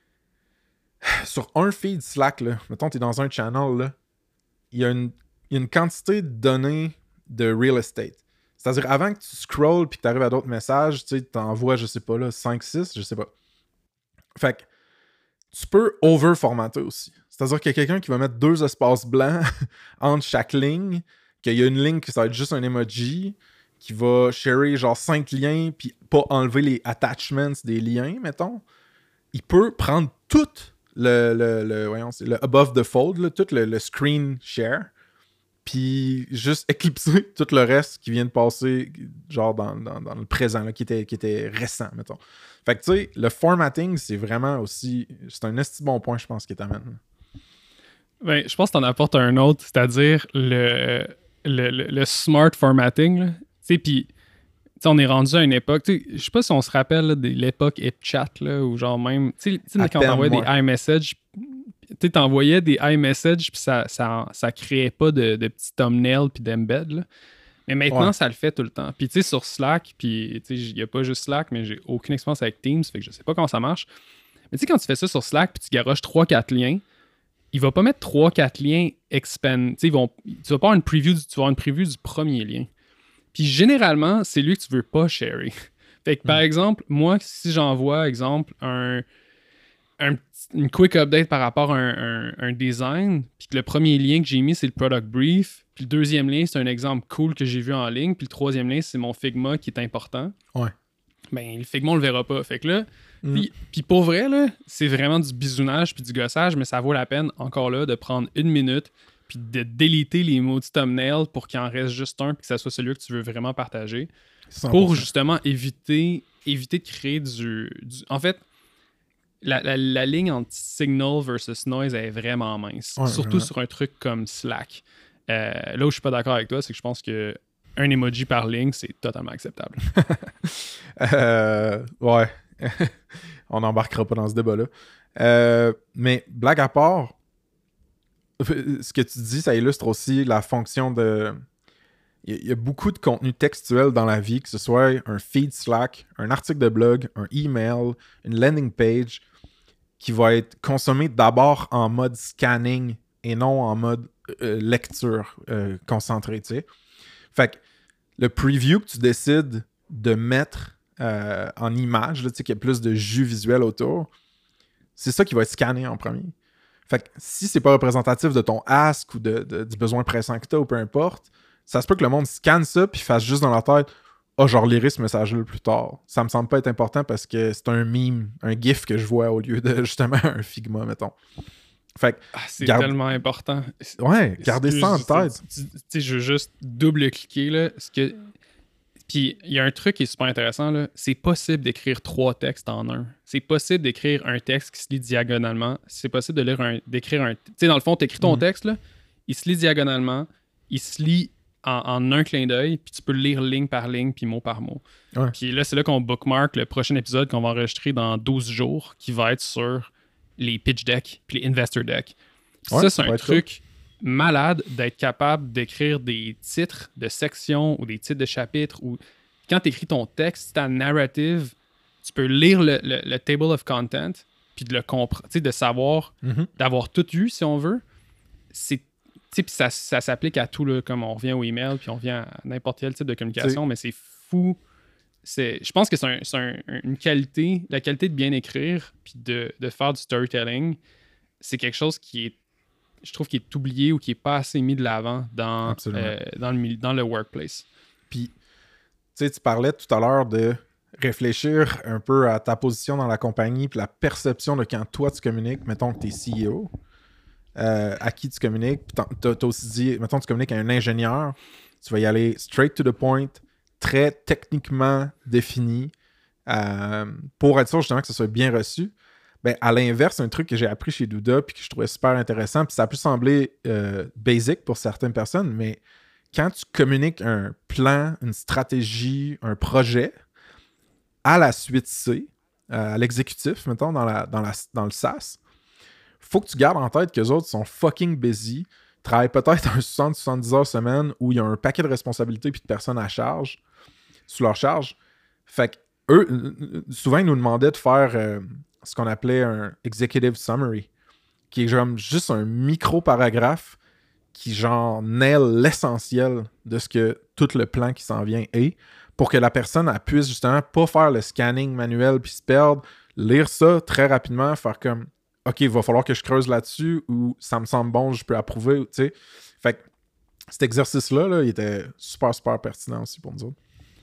sur un feed Slack, là, mettons t'es dans un channel, là, il y a une, il y a une quantité de données de real estate. C'est-à-dire, avant que tu scrolls puis que t'arrives à d'autres messages, tu sais, t'envoies, je sais pas, là, cinq six, je sais pas. Fait que tu peux over-formater aussi. C'est-à-dire qu'il y a quelqu'un qui va mettre deux espaces blancs entre chaque ligne, qu'il y a une ligne qui va être juste un emoji, qui va sharer genre cinq liens, puis pas enlever les attachments des liens, mettons. Il peut prendre tout le, le, le, voyons, c'est le above the fold, là, tout le, le screen share, puis juste éclipser tout le reste qui vient de passer genre dans, dans, dans le présent, là, qui, était, qui était récent, mettons. Fait que tu sais, le formatting, c'est vraiment aussi... C'est un esti bon point, je pense, qui t'amène. Ben, je pense que t'en apportes un autre, c'est-à-dire le, le, le, le smart formatting. Tu sais, puis on est rendu à une époque... Je sais pas si on se rappelle là, de l'époque HipChat, là, ou genre même... Tu sais, quand t'envoyais des iMessages... Tu t'envoyais des iMessages, puis ça, ça, ça créait pas de, de petits thumbnails puis d'embed, là. Mais maintenant, ouais. ça le fait tout le temps. Puis, tu sais, sur Slack, puis, tu sais, il n'y a pas juste Slack, mais j'ai aucune expérience avec Teams, fait que je sais pas comment ça marche. Mais, tu sais, quand tu fais ça sur Slack, puis tu garoches trois quatre liens, il va pas mettre trois quatre liens expand. Tu sais, vont, tu vas pas avoir une preview, du, tu vas avoir une preview du premier lien. Puis, généralement, c'est lui que tu veux pas sharer. Fait que, mm. par exemple, moi, si j'envoie, exemple, un, un, une quick update par rapport à un, un, un design, puis que le premier lien que j'ai mis, c'est le product brief, puis le deuxième lien, c'est un exemple cool que j'ai vu en ligne, puis le troisième lien, c'est mon Figma qui est important. Ouais. ben le Figma, on le verra pas. Fait que là, Mm. puis, puis pour vrai, là, c'est vraiment du bisounage puis du gossage, mais ça vaut la peine, encore là, de prendre une minute puis de déliter les maudits thumbnails pour qu'il en reste juste un puis que ça soit celui que tu veux vraiment partager. cent pour cent. Pour justement éviter, éviter de créer du... du... En fait, la, la, la ligne entre signal versus noise elle est vraiment mince. Ouais, Surtout vraiment. sur un truc comme Slack. Euh, là où je suis pas d'accord avec toi, c'est que je pense que un emoji par ligne, c'est totalement acceptable. Euh, ouais. On n'embarquera pas dans ce débat-là. Euh, mais blague à part, ce que tu dis, ça illustre aussi la fonction de... Il y a beaucoup de contenu textuel dans la vie, que ce soit un feed Slack, un article de blog, un email, une landing page, qui va être consommé d'abord en mode scanning et non en mode euh, lecture euh, concentrée, tu sais. Fait que le preview que tu décides de mettre euh, en image, là, tu sais, qu'il y a plus de jus visuel autour, c'est ça qui va être scanné en premier. Fait que si c'est pas représentatif de ton ask ou de, de, du besoin pressant que t'as ou peu importe, ça se peut que le monde scanne ça puis fasse juste dans leur tête « Ah, oh, je relirai ce message-là plus tard. » Ça me semble pas être important parce que c'est un meme, un gif que je vois au lieu de justement un Figma, mettons. Fait que, Ah, c'est garde... tellement important. Ouais, gardez ça en tête. Tu sais, je veux juste double-cliquer, là. Ce que... Puis, il y a un truc qui est super intéressant, là. C'est possible d'écrire trois textes en un. C'est possible d'écrire un texte qui se lit diagonalement. C'est possible de lire un... d'écrire un... Tu sais, dans le fond, tu écris ton mm. texte, là. Il se lit diagonalement. Il se lit en, en un clin d'œil. Puis tu peux le lire ligne par ligne, puis mot par mot. Ouais. Puis là, c'est là qu'on bookmark le prochain épisode qu'on va enregistrer dans douze jours, qui va être sur les pitch decks puis les investor decks. Ouais, ça, c'est un truc cool. malade d'être capable d'écrire des titres de sections ou des titres de chapitres. Ou quand tu écris ton texte, ta narrative, tu peux lire le, le, le table of content puis de le comprendre, tu sais, de savoir, mm-hmm. d'avoir tout eu, si on veut. C'est, tu sais, puis ça, ça s'applique à tout, là, comme on revient au email puis on revient à n'importe quel type de communication, c'est... mais c'est fou. C'est, je pense que c'est, un, c'est un, une qualité, la qualité de bien écrire puis de, de faire du storytelling, c'est quelque chose qui est, je trouve, qui est oublié ou qui n'est pas assez mis de l'avant dans, euh, dans, le, dans le workplace. Puis, tu sais, tu parlais tout à l'heure de réfléchir un peu à ta position dans la compagnie puis la perception de quand toi tu communiques, mettons que tu es C E O, euh, à qui tu communiques. Puis tu as aussi dit, mettons que tu communiques à un ingénieur, tu vas y aller straight to the point, très techniquement défini euh, pour être sûr justement que ça soit bien reçu. Ben, à l'inverse, un truc que j'ai appris chez Douda puis que je trouvais super intéressant, puis ça a pu sembler euh, basic pour certaines personnes, mais quand tu communiques un plan, une stratégie, un projet à la suite C, euh, à l'exécutif, mettons, dans, la, dans, la, dans le SaaS, faut que tu gardes en tête qu'eux autres sont fucking busy, travaillent peut-être un soixante à soixante-dix heures semaine où il y a un paquet de responsabilités puis de personnes à charge, sous leur charge. Fait que eux, souvent, ils nous demandaient de faire euh, ce qu'on appelait un executive summary, qui est genre juste un micro-paragraphe qui genre nail l'essentiel de ce que tout le plan qui s'en vient est, pour que la personne elle puisse justement pas faire le scanning manuel puis se perdre, lire ça très rapidement, faire comme OK, il va falloir que je creuse là-dessus ou ça me semble bon, je peux approuver, tu sais. Fait que cet exercice-là, là, il était super, super pertinent aussi pour nous autres.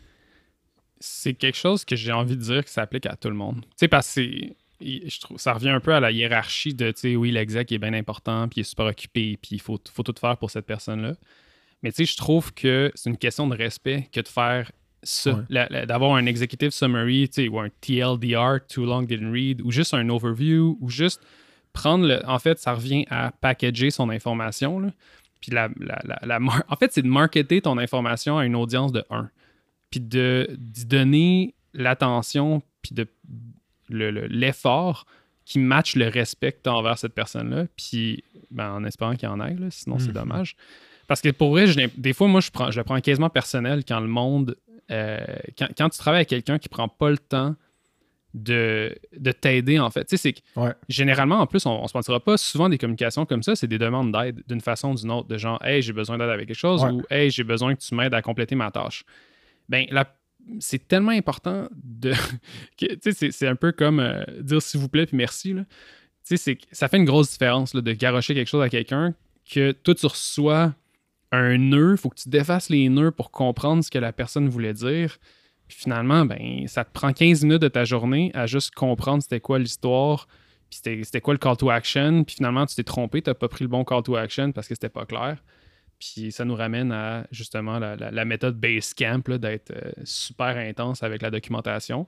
C'est quelque chose que j'ai envie de dire que ça applique à tout le monde. Tu sais, parce que c'est, je trouve, ça revient un peu à la hiérarchie de, tu sais, oui, l'exec est bien important, puis il est super occupé, puis il faut, faut tout faire pour cette personne-là. Mais tu sais, je trouve que c'est une question de respect que de faire ça, ouais. la, la, d'avoir un executive summary, tu sais, ou un T L D R, too long didn't read, ou juste un overview, ou juste prendre le... En fait, ça revient à packager son information, là. Puis la, la, la, la, en fait, c'est de marketer ton information à une audience de un. Puis de, d'y donner l'attention, puis de, le, le, l'effort qui matche le respect que tu as envers cette personne-là, puis ben, en espérant qu'il y en ait, là, sinon mmh. c'est dommage. Parce que pour vrai, je, des fois, moi, je, prends, je le prends quasiment personnel quand le monde... Euh, quand, quand tu travailles avec quelqu'un qui prend pas le temps de, de t'aider, en fait. Tu sais, c'est que ouais. généralement, en plus, on, on se mentira pas, souvent des communications comme ça, c'est des demandes d'aide d'une façon ou d'une autre, de genre « Hey, j'ai besoin d'aide avec quelque chose ouais. » ou « Hey, j'ai besoin que tu m'aides à compléter ma tâche. » Ben, la, c'est tellement important de... que, tu sais, c'est, c'est un peu comme euh, dire « S'il vous plaît » puis « Merci ». Tu sais, c'est, ça fait une grosse différence là, de garrocher quelque chose à quelqu'un que toi, tu reçois un nœud, il faut que tu défasses les nœuds pour comprendre ce que la personne voulait dire. Puis Puis finalement, ben, ça te prend quinze minutes de ta journée à juste comprendre c'était quoi l'histoire, puis c'était, c'était quoi le call to action. Puis finalement, tu t'es trompé, tu n'as pas pris le bon call to action parce que c'était pas clair. Puis ça nous ramène à justement la, la, la méthode Basecamp, là, d'être euh, super intense avec la documentation,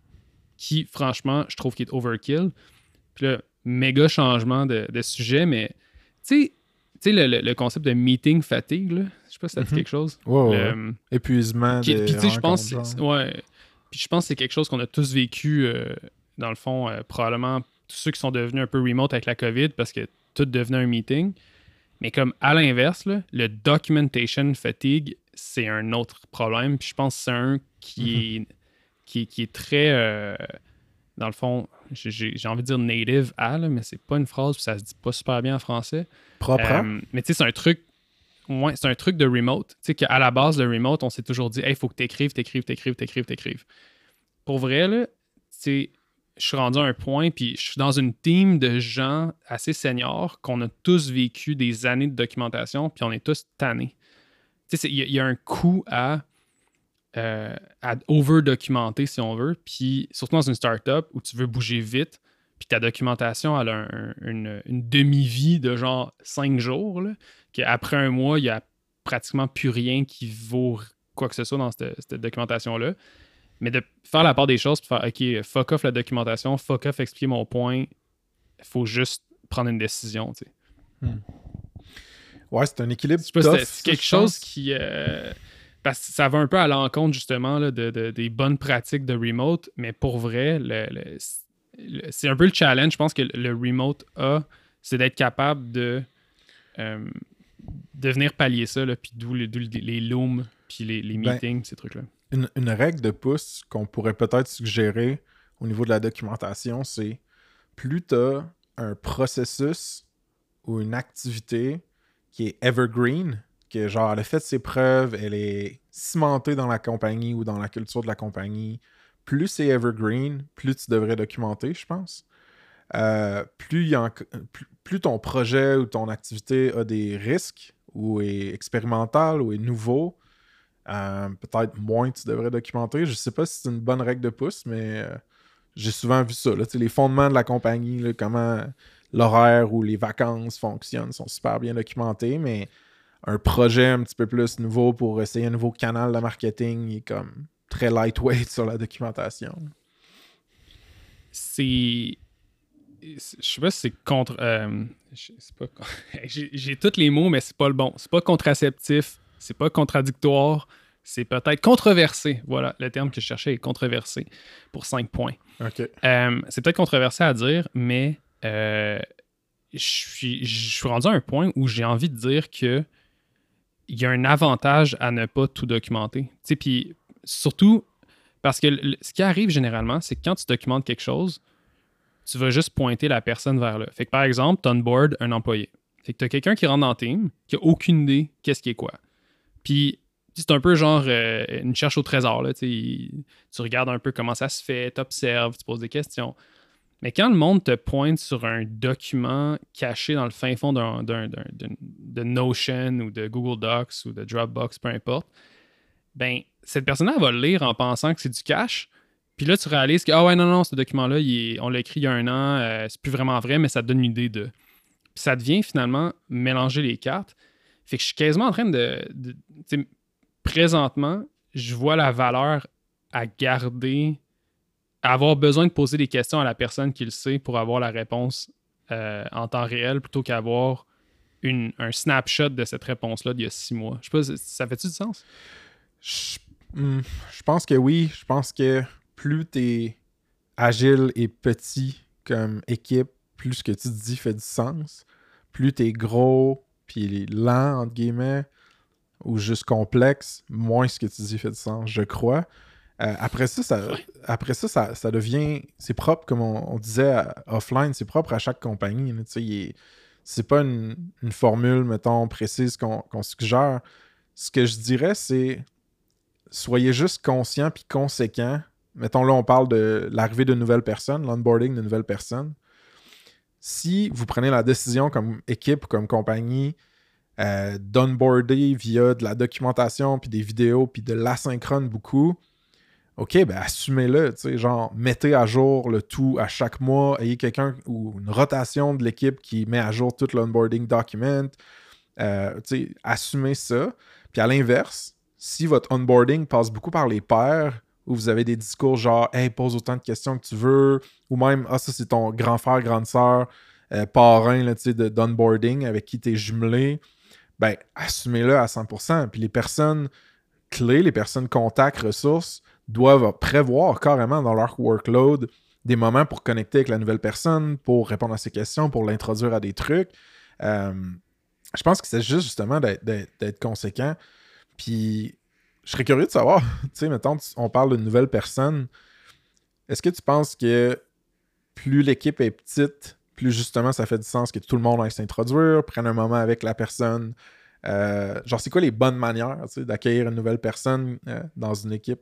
qui, franchement, je trouve qu'il est overkill. Puis là, méga changement de, de sujet, mais tu sais, tu sais, le, le, le concept de meeting fatigue, là, je sais pas si ça dit mm-hmm. quelque chose. Ouais, le, ouais. Épuisement. Qui, puis tu sais, je pense, c'est, ouais, puis je pense que c'est quelque chose qu'on a tous vécu, euh, dans le fond, euh, probablement tous ceux qui sont devenus un peu remote avec la COVID parce que tout devenait un meeting. Mais comme à l'inverse, là, le documentation fatigue, c'est un autre problème. Puis je pense que c'est un qui, mm-hmm. est, qui, qui est très, euh, dans le fond, j'ai, j'ai envie de dire native à, là, mais c'est pas une phrase, puis ça se dit pas super bien en français. Propre. Euh, mais tu sais, c'est un truc, ouais, c'est un truc de remote. Tu sais, qu'à la base, le remote, on s'est toujours dit, hey, il faut que tu écrives, tu écrives, tu écrives, tu écrives, tu écrives. Pour vrai, là, tu sais, je suis rendu à un point, puis je suis dans une team de gens assez seniors qu'on a tous vécu des années de documentation, puis on est tous tannés. Tu sais, il y, y a un coût à, euh, à over-documenter, si on veut, puis surtout dans une startup où tu veux bouger vite, puis ta documentation, elle a un, une, une demi-vie de genre cinq jours, là, qu'après un mois, il n'y a pratiquement plus rien qui vaut quoi que ce soit dans cette, cette documentation-là. Mais de faire la part des choses, puis faire, OK, fuck off la documentation, fuck off expliquer mon point, il faut juste prendre une décision, tu sais. Hmm. Ouais, c'est un équilibre tough. C'est, c'est quelque chose qui... Euh, parce que ça va un peu à l'encontre, justement, là, de, de, des bonnes pratiques de remote, mais pour vrai, le, le, le, c'est un peu le challenge, je pense que le remote a, c'est d'être capable de, euh, de venir pallier ça, là, puis d'où, d'où les looms, puis les, les meetings, ben, ces trucs-là. Une, une règle de pouce qu'on pourrait peut-être suggérer au niveau de la documentation, c'est plus tu as un processus ou une activité qui est evergreen, que genre elle a fait ses preuves, elle est cimentée dans la compagnie ou dans la culture de la compagnie, plus c'est evergreen, plus tu devrais documenter, je pense. Euh, plus, y en, plus, plus ton projet ou ton activité a des risques ou est expérimental ou est nouveau, Euh, peut-être moins tu devrais documenter. Je sais pas si c'est une bonne règle de pouce, mais euh, j'ai souvent vu ça. Là, les fondements de la compagnie, là, comment l'horaire ou les vacances fonctionnent, sont super bien documentés, mais un projet un petit peu plus nouveau pour essayer un nouveau canal de marketing est comme très lightweight sur la documentation. C'est... Je sais pas si c'est contre... Euh... C'est pas... j'ai, j'ai tous les mots, mais c'est pas le bon. C'est pas contraceptif. C'est pas contradictoire, c'est peut-être controversé. Voilà, le terme que je cherchais est controversé pour cinq points. Okay. Euh, c'est peut-être controversé à dire, mais euh, je suis, je suis rendu à un point où j'ai envie de dire que il y a un avantage à ne pas tout documenter. Tu sais, puis surtout parce que le, ce qui arrive généralement, c'est que quand tu documentes quelque chose, tu vas juste pointer la personne vers là. Fait que par exemple, tu onboard un employé. Fait que tu as quelqu'un qui rentre dans le team qui n'a aucune idée qu'est-ce qui est quoi. Puis, c'est un peu genre euh, une cherche au trésor. Là, tu regardes un peu comment ça se fait, tu observes, tu poses des questions. Mais quand le monde te pointe sur un document caché dans le fin fond d'un, d'un, d'un, d'un, de Notion ou de Google Docs ou de Dropbox, peu importe, ben cette personne-là va le lire en pensant que c'est du cash. Puis là, tu réalises que, ah ouais, non, non, ce document-là, il est, on l'a écrit il y a un an, euh, c'est plus vraiment vrai, mais ça te donne une idée de... Puis ça devient finalement mélanger les cartes. Fait que je suis quasiment en train de... de présentement, je vois la valeur à garder, à avoir besoin de poser des questions à la personne qui le sait pour avoir la réponse euh, en temps réel plutôt qu'avoir une, un snapshot de cette réponse-là d'il y a six mois. Je sais pas, ça fait-tu du sens? Je, hmm, je pense que oui. Je pense que plus t'es agile et petit comme équipe, plus ce que tu dis fait du sens. Plus t'es gros puis lent, entre guillemets, ou juste complexe, moins ce que tu dis fait du sens, je crois. Euh, après ça, ça, ouais. après ça, ça, ça devient... C'est propre, comme on, on disait à, offline, c'est propre à chaque compagnie. Là, est, c'est pas une, une formule, mettons, précise qu'on, qu'on suggère. Ce que je dirais, c'est soyez juste conscient puis conséquent. Mettons, là, on parle de l'arrivée de nouvelles personnes, l'onboarding de nouvelles personnes. Si vous prenez la décision comme équipe, comme compagnie, euh, d'onboarder via de la documentation, puis des vidéos, puis de l'asynchrone beaucoup, OK, ben assumez-le, tu sais, genre, mettez à jour le tout à chaque mois, ayez quelqu'un ou une rotation de l'équipe qui met à jour tout l'onboarding document, euh, tu sais, assumez ça. Puis à l'inverse, si votre onboarding passe beaucoup par les pairs, où vous avez des discours genre « Hey, pose autant de questions que tu veux », ou même « Ah, ça, c'est ton grand frère, grande sœur, euh, parrain là, de, d'onboarding avec qui tu es jumelé », ben, assumez-le à cent pour cent. Puis les personnes clés, les personnes contacts, ressources, doivent prévoir carrément dans leur workload des moments pour connecter avec la nouvelle personne, pour répondre à ses questions, pour l'introduire à des trucs. Euh, je pense que c'est juste justement d'être, d'être, d'être conséquent. Puis je serais curieux de savoir, tu sais, mettons, on parle d'une nouvelle personne. Est-ce que tu penses que plus l'équipe est petite, plus justement ça fait du sens que tout le monde aille s'introduire, prenne un moment avec la personne? Euh, genre, c'est quoi les bonnes manières, tu sais, d'accueillir une nouvelle personne euh, dans une équipe?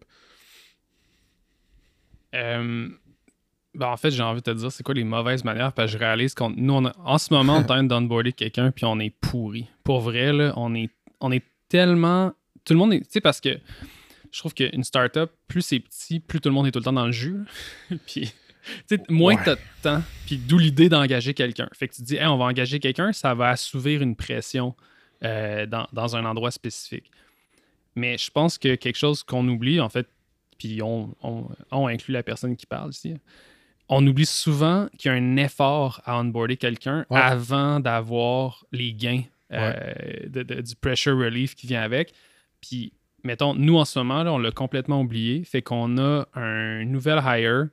Euh, ben en fait, j'ai envie de te dire, c'est quoi les mauvaises manières? Parce que je réalise qu'on nous, on a, en ce moment, on tente d'onboarder quelqu'un, puis on est pourri. Pour vrai, là, on est, on est tellement... Tout le monde est... Tu sais, parce que je trouve qu'une startup, plus c'est petit, plus tout le monde est tout le temps dans le jus. Puis, tu sais, moins ouais. t'as de temps, puis d'où l'idée d'engager quelqu'un. Fait que tu te dis, hey, on va engager quelqu'un, ça va assouvir une pression euh, dans, dans un endroit spécifique. Mais je pense que quelque chose qu'on oublie, en fait, puis on, on, on inclut la personne qui parle ici, on oublie souvent qu'il y a un effort à onboarder quelqu'un ouais. avant d'avoir les gains euh, ouais. de, de, du pressure relief qui vient avec. Puis, mettons, nous, en ce moment, là, on l'a complètement oublié. Fait qu'on a un nouvel hire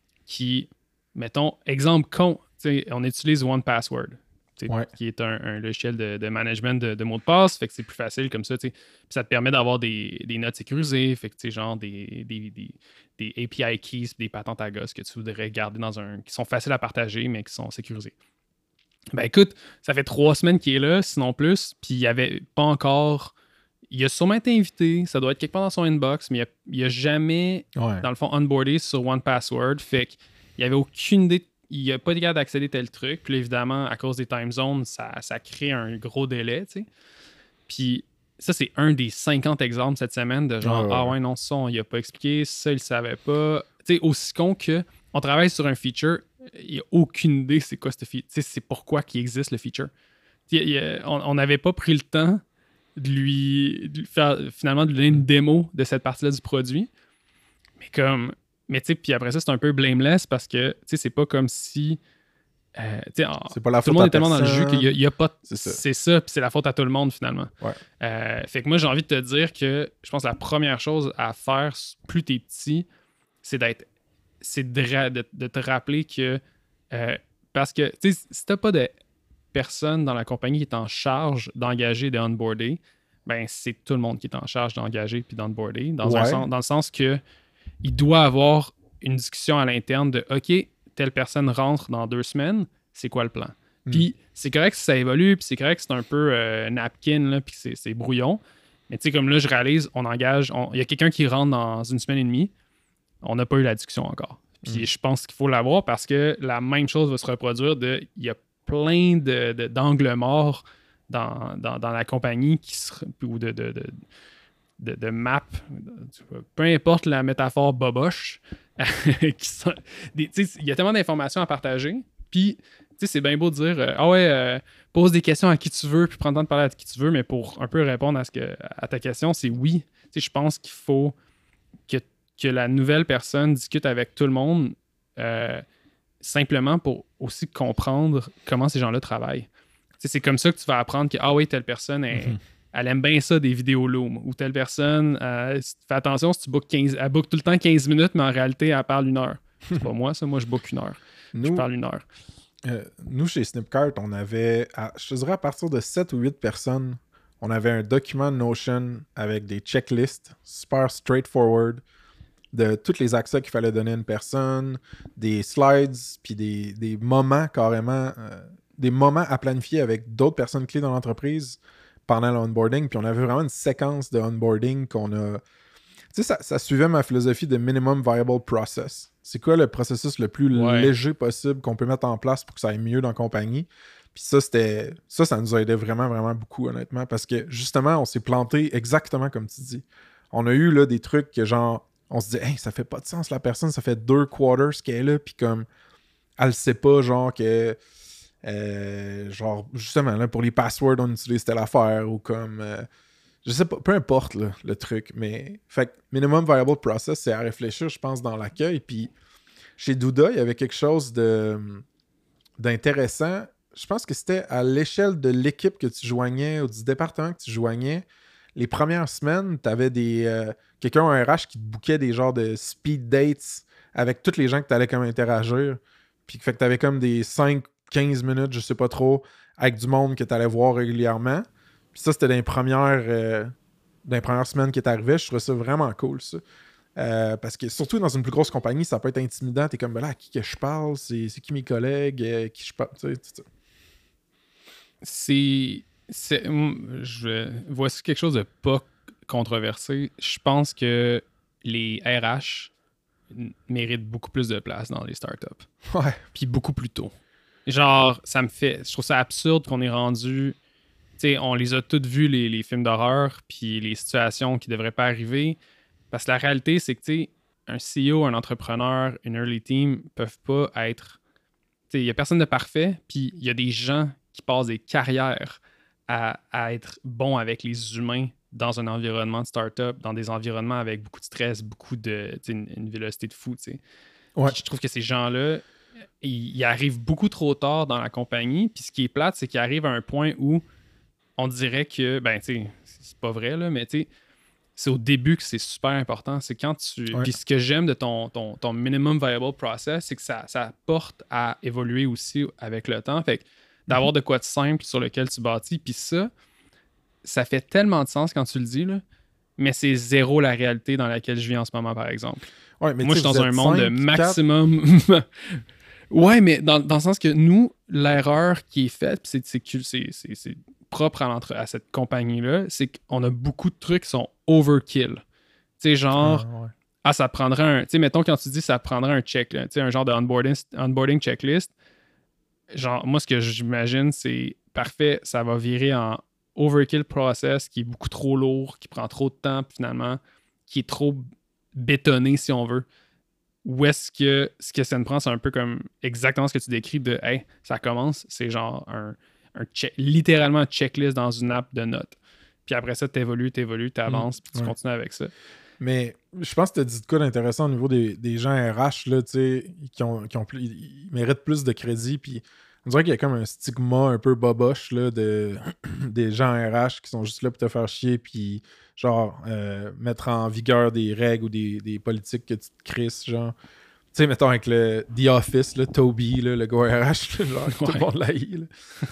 qui, mettons, exemple con, on utilise one password, ouais. qui est un, un logiciel de, de management de, de mots de passe. Fait que c'est plus facile comme ça. Puis ça te permet d'avoir des, des notes sécurisées. Fait que, genre, des, des, des, des A P I keys, des patentes à gosse que tu voudrais garder dans un... qui sont faciles à partager, mais qui sont sécurisés. Ben écoute, ça fait trois semaines qu'il est là, sinon plus. Puis il n'y avait pas encore... Il a sûrement été invité, ça doit être quelque part dans son inbox, mais il n'a jamais, ouais. dans le fond, onboardé sur one password. Fait qu'il n'y avait aucune idée, il n'a pas été capable d'accéder tel truc. Puis là, évidemment, à cause des time zones, ça, ça crée un gros délai, tu sais. Puis ça, c'est un des cinquante exemples cette semaine de genre, oh, ouais. ah ouais, non, ça, il n'a pas expliqué, ça, il ne savait pas. Tu sais, aussi con qu'on travaille sur un feature, il n'y a aucune idée c'est quoi ce feature, tu sais, c'est pourquoi qu'il existe le feature. Il, il, on n'avait pas pris le temps de lui, de lui faire, finalement, de lui donner une démo de cette partie-là du produit. Mais comme, mais tu sais, puis après ça, c'est un peu blameless parce que, tu sais, c'est pas comme si, euh, tu sais, c'est pas la tout le monde est tellement dans le jus qu'il y a, il y a pas, c'est ça, c'est ça, puis c'est la faute à tout le monde, finalement. Ouais. Euh, fait que moi, j'ai envie de te dire que, je pense que la première chose à faire, plus t'es petit, c'est d'être, c'est de, de, de te rappeler que, euh, parce que, tu sais, si t'as pas de personne dans la compagnie qui est en charge d'engager et d'onboarder, ben c'est tout le monde qui est en charge d'engager puis d'onboarder, dans, ouais. un sens, dans le sens que il doit avoir une discussion à l'interne de « OK, telle personne rentre dans deux semaines, c'est quoi le plan? Mm. » Puis c'est correct si ça évolue, puis c'est correct si c'est un peu euh, napkin, là, puis c'est, c'est brouillon. Mais tu sais, comme là, je réalise, on engage, il y a quelqu'un qui rentre dans une semaine et demie, on n'a pas eu la discussion encore. Puis mm. je pense qu'il faut l'avoir parce que la même chose va se reproduire de il y a plein de, de, d'angles morts dans, dans, dans la compagnie qui se, ou de, de, de, de, de maps, peu importe la métaphore boboche, qui sont, des, il y a tellement d'informations à partager, puis c'est bien beau de dire euh, « Ah ouais, euh, pose des questions à qui tu veux, puis prends le temps de parler à qui tu veux », mais pour un peu répondre à, ce que, à ta question, c'est oui. Je pense qu'il faut que, que la nouvelle personne discute avec tout le monde euh, simplement pour aussi comprendre comment ces gens-là travaillent. T'sais, c'est comme ça que tu vas apprendre que, ah oui, telle personne, elle, mm-hmm. elle aime bien ça, des vidéos Loom. Ou telle personne, euh, fais attention, si tu bookes quinze, elle book tout le temps quinze minutes, mais en réalité, elle parle une heure. C'est pas moi, ça. Moi, je book une heure. Nous, je parle une heure. Euh, nous, chez Snipcart, on avait, à, je te dirais, à partir de sept ou huit personnes, on avait un document Notion avec des checklists super straightforward de tous les accès qu'il fallait donner à une personne, des slides, puis des, des moments carrément, euh, des moments à planifier avec d'autres personnes clés dans l'entreprise pendant l'onboarding. Puis on avait vraiment une séquence de onboarding qu'on a... Tu sais, ça, ça suivait ma philosophie de minimum viable process. C'est quoi le processus le plus ouais. léger possible qu'on peut mettre en place pour que ça aille mieux dans la compagnie? Puis ça, c'était... Ça, ça nous a aidé vraiment, vraiment beaucoup, honnêtement, parce que justement, on s'est planté exactement comme tu dis. On a eu là des trucs que genre... on se dit, hey, ça fait pas de sens, la personne, ça fait deux quarters qu'elle est là, puis comme, elle sait pas, genre, que, euh, genre, justement, là, pour les passwords, on utilise telle affaire, ou comme, euh, je sais pas, peu importe, là, le truc, mais, fait que minimum viable process, c'est à réfléchir, je pense, dans l'accueil, puis chez Douda, il y avait quelque chose de, d'intéressant. Je pense que c'était à l'échelle de l'équipe que tu joignais, ou du département que tu joignais. Les premières semaines, tu avais des euh, quelqu'un en R H qui te bookait des genres de speed dates avec tous les gens que tu allais comme interagir. Puis fait que tu avais comme des cinq quinze minutes, je sais pas trop, avec du monde que tu allais voir régulièrement. Puis ça, c'était dans les premières, euh, dans les premières semaines qui est arrivé. Je trouvais ça vraiment cool, ça. Euh, parce que surtout dans une plus grosse compagnie, ça peut être intimidant. T'es comme, ben là, à qui que je parle? C'est, c'est qui mes collègues? Euh, qui je parle? Tu sais, tu sais. C'est... c'est je, voici quelque chose de pas controversé. Je pense que les R H méritent beaucoup plus de place dans les startups. Ouais. Puis beaucoup plus tôt. Genre, ça me fait... Je trouve ça absurde qu'on est rendu... Tu sais, on les a toutes vus, les, les films d'horreur, puis les situations qui devraient pas arriver. Parce que la réalité, c'est que, tu sais, un C E O, un entrepreneur, une early team peuvent pas être... Tu sais, il y a personne de parfait, puis il y a des gens qui passent des carrières à, à être bons avec les humains dans un environnement de start-up, dans des environnements avec beaucoup de stress, beaucoup de... Une, une vélocité de fou, tu sais. Ouais. Je trouve que ces gens-là, ils, ils arrivent beaucoup trop tard dans la compagnie, puis ce qui est plate, c'est qu'ils arrivent à un point où on dirait que... Ben, tu sais, c'est pas vrai, là, mais tu sais, c'est au début que c'est super important. C'est quand tu... Ouais. Puis ce que j'aime de ton, ton, ton minimum viable process, c'est que ça, ça porte à évoluer aussi avec le temps. Fait que d'avoir mm-hmm. de quoi de simple sur lequel tu bâtis. Puis ça, ça fait tellement de sens quand tu le dis, là, mais c'est zéro la réalité dans laquelle je vis en ce moment, par exemple. Ouais, mais moi, je suis dans un monde cinq, de maximum... ouais, mais dans, dans le sens que nous, l'erreur qui est faite, puis c'est, c'est, c'est, c'est, c'est propre à, l'entre- à cette compagnie-là, c'est qu'on a beaucoup de trucs qui sont overkill. Tu sais, genre, ah, ouais. ah, ça prendrait un... Tu sais, mettons, quand tu dis ça prendrait un check, tu sais, un genre de onboarding, onboarding checklist, genre, moi, ce que j'imagine, c'est parfait, ça va virer en overkill process qui est beaucoup trop lourd, qui prend trop de temps, puis finalement, qui est trop bétonné, si on veut. Ou est-ce que ce que ça me prend, c'est un peu comme exactement ce que tu décris de « Hey, ça commence », c'est genre un... Un check, littéralement un checklist dans une app de notes. Puis après ça, t'évolues, t'évolues, t'avances, mmh, puis tu ouais. continues avec ça. Mais je pense que t'as dit de quoi d'intéressant au niveau des, des gens R H, là, tu sais, qui ont, qui ont plus, ils méritent plus de crédit, puis on dirait qu'il y a comme un stigma un peu boboche, là, de, des gens R H qui sont juste là pour te faire chier, puis genre, euh, mettre en vigueur des règles ou des, des politiques que tu te crisses, genre... Tu sais, mettons avec le The Office, là, Toby, là, le gars R H, là, genre, ouais. Tout le monde l'haït.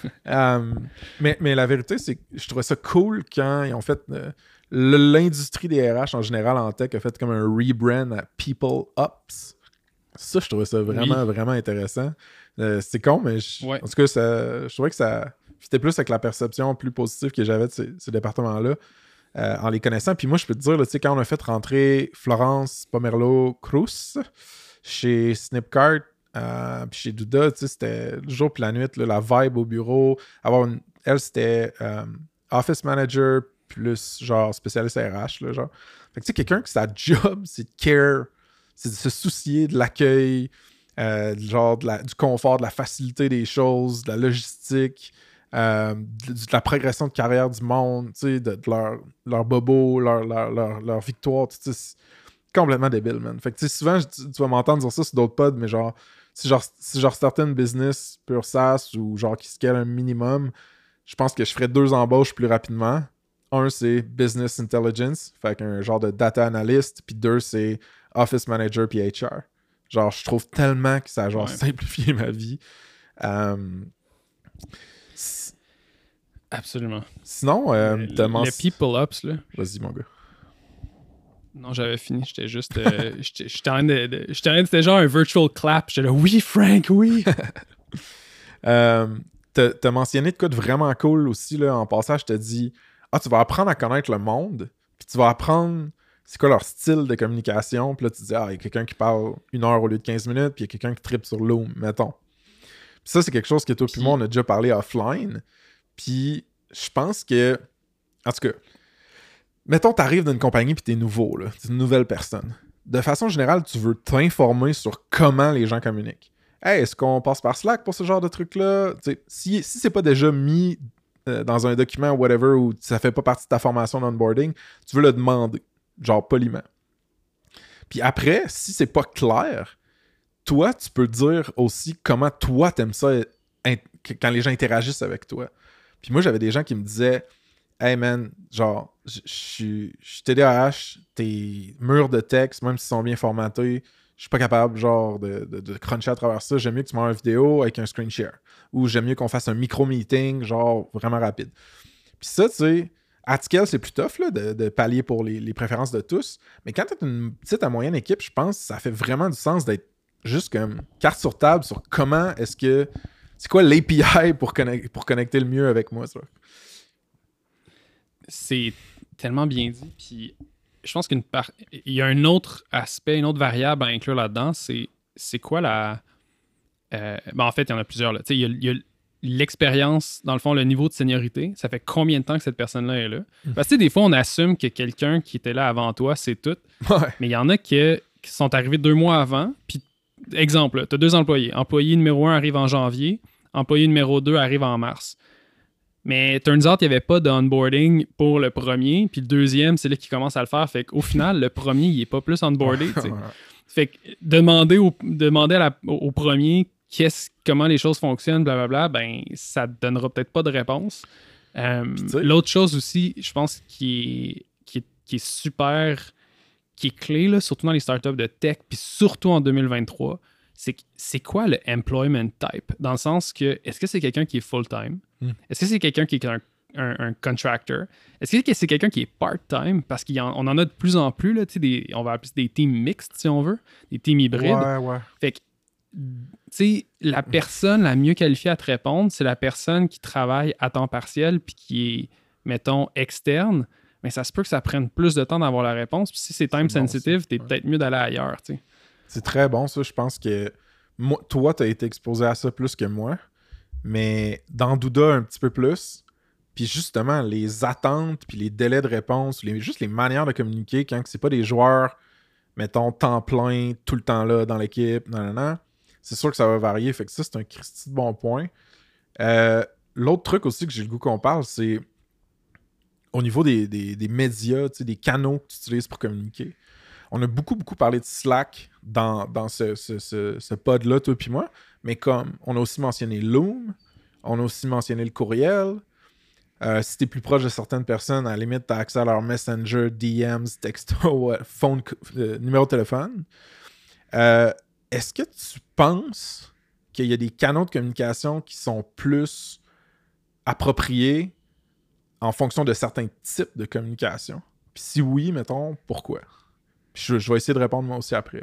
um, mais, mais la vérité, c'est que je trouvais ça cool quand ils ont fait... Euh, l'industrie des R H en général en tech a fait comme un rebrand à People Ops. Ça, je trouvais ça vraiment, oui. vraiment intéressant. Euh, c'est con, mais je, ouais. en tout cas, ça, je trouvais que ça fitait plus avec la perception plus positive que j'avais de ces, ces départements-là euh, en les connaissant. Puis moi, je peux te dire, là, quand on a fait rentrer Florence Pomerleau-Cruz chez Snipcart, euh, puis chez Douda, c'était le jour puis la nuit, là, la vibe au bureau. Avoir une, elle, c'était euh, office manager plus genre spécialiste R H. Là, genre. Fait que tu sais, quelqu'un qui sa job, c'est de care, c'est de se soucier de l'accueil, euh, genre de la, du confort, de la facilité des choses, de la logistique, euh, de, de la progression de carrière du monde, tu sais, de, de leur, leur bobo, leur, leur, leur, leur victoire, tu sais. Complètement débile, man. Fait que, tu sais, souvent, tu, tu vas m'entendre dire ça sur d'autres pods, mais genre, si genre, si genre certaines business pure SaaS ou genre qui scale un minimum, je pense que je ferais deux embauches plus rapidement. Un, c'est Business Intelligence, fait qu'un genre de data analyst, puis deux, c'est Office Manager puis H R. Genre, je trouve tellement que ça a genre ouais. simplifié ma vie. Um, Absolument. Sinon, euh, le, le, le People Ops, là. Vas-y, mon gars. Non, j'avais fini. J'étais juste... Euh, j'étais, j'étais en train de... de j'étais en train de... C'était genre un virtual clap. J'étais là, oui, Frank, oui! euh, t'as, t'as mentionné de quoi de vraiment cool aussi, là, en passant, je te dis, ah, tu vas apprendre à connaître le monde, puis tu vas apprendre c'est quoi leur style de communication, puis là, tu te dis, ah, il y a quelqu'un qui parle une heure au lieu de quinze minutes, puis il y a quelqu'un qui tripe sur Loom, mettons. Puis ça, c'est quelque chose que toi puis moi, on a déjà parlé offline, puis je pense que... En tout cas... Mettons, t'arrives d'une compagnie pis t'es nouveau, là. T'es une nouvelle personne. de façon générale, tu veux t'informer sur comment les gens communiquent. Hey, est-ce qu'on passe par Slack pour ce genre de truc-là? T'sais, si, si c'est pas déjà mis euh, dans un document ou whatever, ou ça fait pas partie de ta formation d'onboarding, tu veux le demander, genre poliment. Puis après, si c'est pas clair, toi, tu peux dire aussi comment toi t'aimes ça in- quand les gens interagissent avec toi. Puis moi, j'avais des gens qui me disaient « Hey man, genre, je suis T D A H, tes murs de texte, même s'ils sont bien formatés, je suis pas capable, genre, de, de, de cruncher à travers ça. J'aime mieux que tu m'envoies une vidéo avec un screen share. Ou j'aime mieux qu'on fasse un micro-meeting, genre, vraiment rapide. » Puis ça, tu sais, at scale, c'est plus tough, là, de, de pallier pour les, les préférences de tous. Mais quand t'as une petite à moyenne équipe, je pense que ça fait vraiment du sens d'être juste comme carte sur table sur comment est-ce que... C'est quoi l'A P I pour, connect, pour connecter le mieux avec moi, ça? C'est tellement bien dit. Puis je pense qu'il par... y a un autre aspect, une autre variable à inclure là-dedans, c'est, c'est quoi la... Euh... Ben, en fait, il y en a plusieurs. Là. Il y a, il y a l'expérience, dans le fond, le niveau de seniorité. Ça fait combien de temps que cette personne-là est là? Mm. Parce que des fois, on assume que quelqu'un qui était là avant toi, c'est tout. Ouais. Mais il y en a qui, qui sont arrivés deux mois avant. Puis, exemple, tu as deux employés. Employé numéro un arrive en janvier. Employé numéro deux arrive en mars. Mais turns out, il n'y avait pas d'onboarding pour le premier. Puis le deuxième, c'est là qu'il commence à le faire. Fait qu'au final, le premier, il n'est pas plus onboardé. Fait que demander au, demander à la, au, au premier qu'est-ce, comment les choses fonctionnent, blablabla, ben ça ne donnera peut-être pas de réponse. Euh, l'autre chose aussi, je pense, qui est, qui est, qui est super, qui est clé, là, surtout dans les startups de tech, puis surtout en deux mille vingt-trois, c'est, c'est quoi le employment type? Dans le sens que, est-ce que c'est quelqu'un qui est full-time? Mm. Est-ce que c'est quelqu'un qui est un, un, un contractor? Est-ce que c'est quelqu'un qui est part-time? Parce qu'on en, en a de plus en plus, là, des, on va appeler ça des teams mixtes, si on veut, des teams hybrides. Ouais, ouais. Fait que, tu sais, la personne la mieux qualifiée à te répondre, c'est la personne qui travaille à temps partiel puis qui est, mettons, externe. Mais ça se peut que ça prenne plus de temps d'avoir la réponse. Puis si c'est time c'est sensitive, bon, t'es ouais. peut-être mieux d'aller ailleurs, tu sais. C'est très bon, ça. Je pense que moi, toi, t'as été exposé à ça plus que moi. Mais dans Douda, un petit peu plus. Puis justement, les attentes puis les délais de réponse, les, juste les manières de communiquer quand c'est pas des joueurs, mettons, temps plein, tout le temps là dans l'équipe, non, non, non. C'est sûr que ça va varier. Fait que ça, c'est un Christy de bon point. Euh, l'autre truc aussi que j'ai le goût qu'on parle, c'est au niveau des, des, des médias, des canaux que tu utilises pour communiquer. On a beaucoup, beaucoup parlé de Slack dans, dans ce, ce, ce, ce pod-là, toi et moi. Mais comme on a aussi mentionné Loom, on a aussi mentionné le courriel. Euh, si tu es plus proche de certaines personnes, à la limite, tu as accès à leur Messenger, D Ms, texto, phone, euh, numéro de téléphone. Euh, est-ce que tu penses qu'il y a des canaux de communication qui sont plus appropriés en fonction de certains types de communication? Puis si oui, mettons, pourquoi? Puis je, je vais essayer de répondre moi aussi après.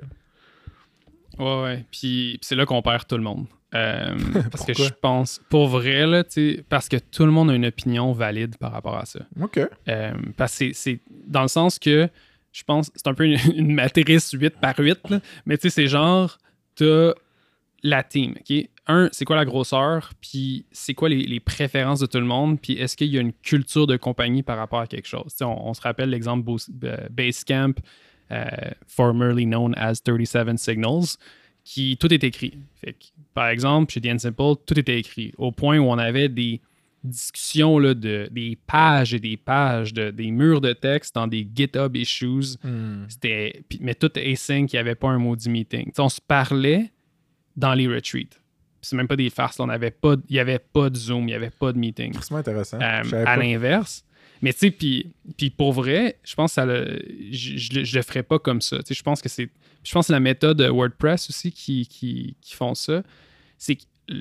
Ouais, ouais. Puis, puis c'est là qu'on perd tout le monde. Euh, parce que je pense, pour vrai, là, parce que tout le monde a une opinion valide par rapport à ça. OK. Euh, parce que c'est, c'est dans le sens que je pense, c'est un peu une, une matrice huit par huit, là, mais tu sais, c'est genre, t'as la team, OK? Un, c'est quoi la grosseur? Puis c'est quoi les, les préférences de tout le monde? Puis est-ce qu'il y a une culture de compagnie par rapport à quelque chose? On, on se rappelle l'exemple Basecamp, euh, formerly known as thirty-seven Signals, qui tout est écrit. Fait que, par exemple, chez The End Simple, tout était écrit, au point où on avait des discussions, là, de, des pages et des pages, de, des murs de texte dans des GitHub issues. Mm. C'était, mais tout async, il n'y avait pas un maudit meeting. T'sais, on se parlait dans les retreats. C'est même pas des farces. Là, on avait pas, il n'y avait pas de Zoom, il n'y avait pas de meeting. C'est intéressant. Euh, à l'inverse. Mais tu sais, puis pour vrai, je pense que ça le, je, je, je le ferais pas comme ça. Je pense que c'est je pense que c'est la méthode WordPress aussi qui, qui, qui font ça. C'est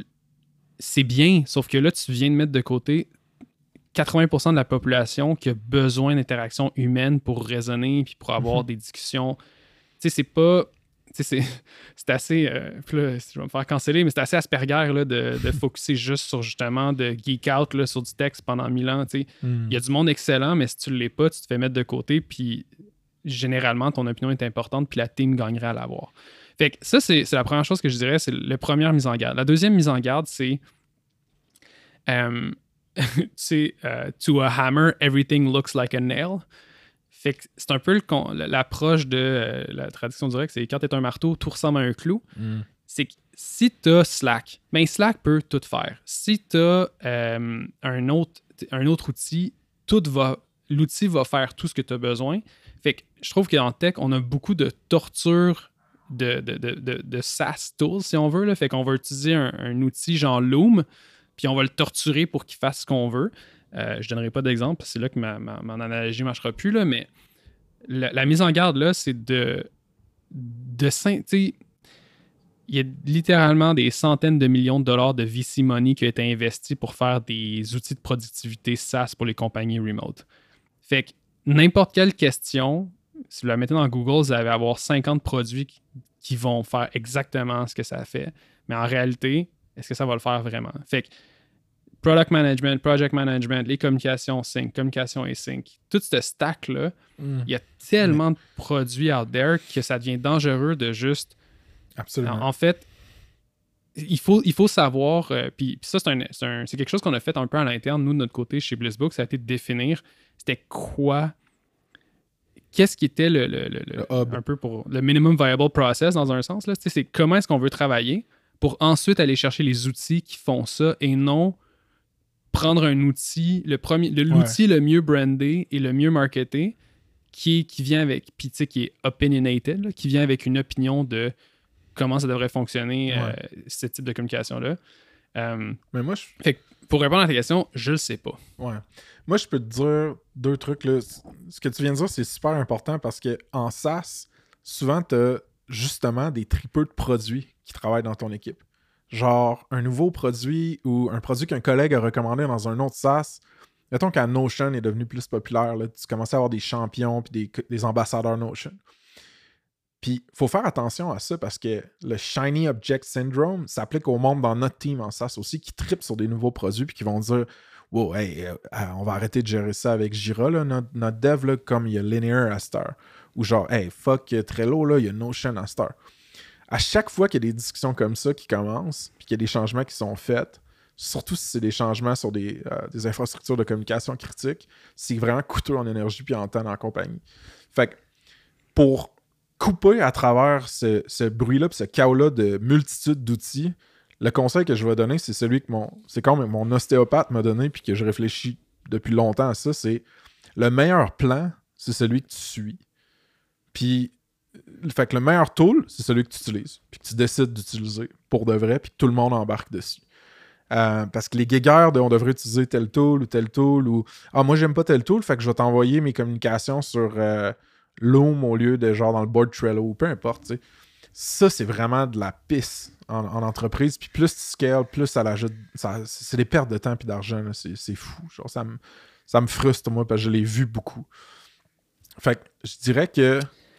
c'est bien, sauf que là, tu viens de mettre de côté quatre-vingts pour cent de la population qui a besoin d'interaction humaine pour raisonner puis pour avoir mm-hmm. des discussions. Tu sais, c'est pas... Tu sais, c'est, c'est assez... Euh, là, je vais me faire canceller, mais c'est assez Asperger là, de, de focusser juste sur, justement, de geek out là, sur du texte pendant mille ans. Tu sais. Mm. Il y a du monde excellent, mais si tu ne l'es pas, tu te fais mettre de côté, puis généralement, ton opinion est importante, puis la team gagnerait à l'avoir. Fait que ça, c'est, c'est la première chose que je dirais, c'est la première mise en garde. La deuxième mise en garde, c'est... Um, tu sais, uh, to a hammer, everything looks like a nail. Fait que c'est un peu le, l'approche de euh, la traduction directe, c'est quand tu es un marteau, tout ressemble à un clou. Mm. C'est que si tu as Slack, ben Slack peut tout faire. Si tu as euh, un, autre, un autre outil, tout va, l'outil va faire tout ce que tu as besoin. Fait que je trouve qu'en tech, on a beaucoup de torture de, de, de, de, de SaaS tools, si on veut. Là. Fait qu'on va utiliser un, un outil genre Loom, puis on va le torturer pour qu'il fasse ce qu'on veut. Euh, je ne donnerai pas d'exemple, c'est là que ma, ma, mon analogie ne marchera plus, là, mais la, la mise en garde, là, c'est de... de il y a littéralement des centaines de millions de dollars de V C money qui a été investi pour faire des outils de productivité SaaS pour les compagnies remote. Fait que n'importe quelle question, si vous la mettez dans Google, vous allez avoir cinquante produits qui, qui vont faire exactement ce que ça fait. Mais en réalité, est-ce que ça va le faire vraiment? Fait que product management, project management, les communications sync, communication async, tout ce stack-là, Mm. il y a tellement mm. de produits out there que ça devient dangereux de juste... Absolument. En, en fait, il faut, il faut savoir, euh, puis, puis ça, c'est, un, c'est, un, c'est quelque chose qu'on a fait un peu à l'interne, nous, de notre côté, chez Blissbook, ça a été de définir c'était quoi, qu'est-ce qui était le, le, le, le un peu pour le minimum viable process dans un sens, là, c'est comment est-ce qu'on veut travailler pour ensuite aller chercher les outils qui font ça et non prendre un outil, le premier, le, l'outil ouais. le mieux brandé et le mieux marketé qui, est, qui vient avec, puis tu sais, qui est opinionated, là, qui vient avec une opinion de comment ça devrait fonctionner, ouais. euh, ce type de communication-là. Euh, Mais moi, je... fait que pour répondre à ta question, je le sais pas. Ouais. Moi, je peux te dire deux trucs. Là. Ce que tu viens de dire, c'est super important parce qu'en SaaS, souvent, tu as justement des tripeux de produits qui travaillent dans ton équipe. Genre, un nouveau produit ou un produit qu'un collègue a recommandé dans un autre SaaS. Mettons quand Notion est devenu plus populaire, là, tu commençais à avoir des champions puis des, des ambassadeurs Notion. Puis, il faut faire attention à ça parce que le Shiny Object Syndrome s'applique au monde dans notre team en SaaS aussi qui trippent sur des nouveaux produits puis qui vont dire « Wow, hey, euh, on va arrêter de gérer ça avec Jira, là, notre, notre dev, là, comme il y a Linear à cette heure. » Ou genre « Hey, fuck Trello, là, il y a Notion à cette heure. » À chaque fois qu'il y a des discussions comme ça qui commencent puis qu'il y a des changements qui sont faits, surtout si c'est des changements sur des, euh, des infrastructures de communication critiques, c'est vraiment coûteux en énergie puis en temps dans la compagnie. Fait que pour couper à travers ce, ce bruit-là et ce chaos-là de multitude d'outils, le conseil que je vais donner, c'est celui que mon c'est comme mon ostéopathe m'a donné puis que je réfléchis depuis longtemps à ça, c'est le meilleur plan, c'est celui que tu suis. Puis, fait que le meilleur tool, c'est celui que tu utilises puis que tu décides d'utiliser pour de vrai puis que tout le monde embarque dessus. Euh, parce que les guéguerres de on devrait utiliser tel tool ou tel tool ou ah moi j'aime pas tel tool, fait que je vais t'envoyer mes communications sur euh, Loom au lieu de genre dans le board Trello ou peu importe, tu sais. Ça, c'est vraiment de la pisse en, en entreprise. Puis plus tu scales, plus ça l'ajoute. Ça, c'est des pertes de temps et d'argent. Là. C'est, c'est fou. Genre, ça me, ça me frustre, moi, parce que je l'ai vu beaucoup. Fait que je dirais que.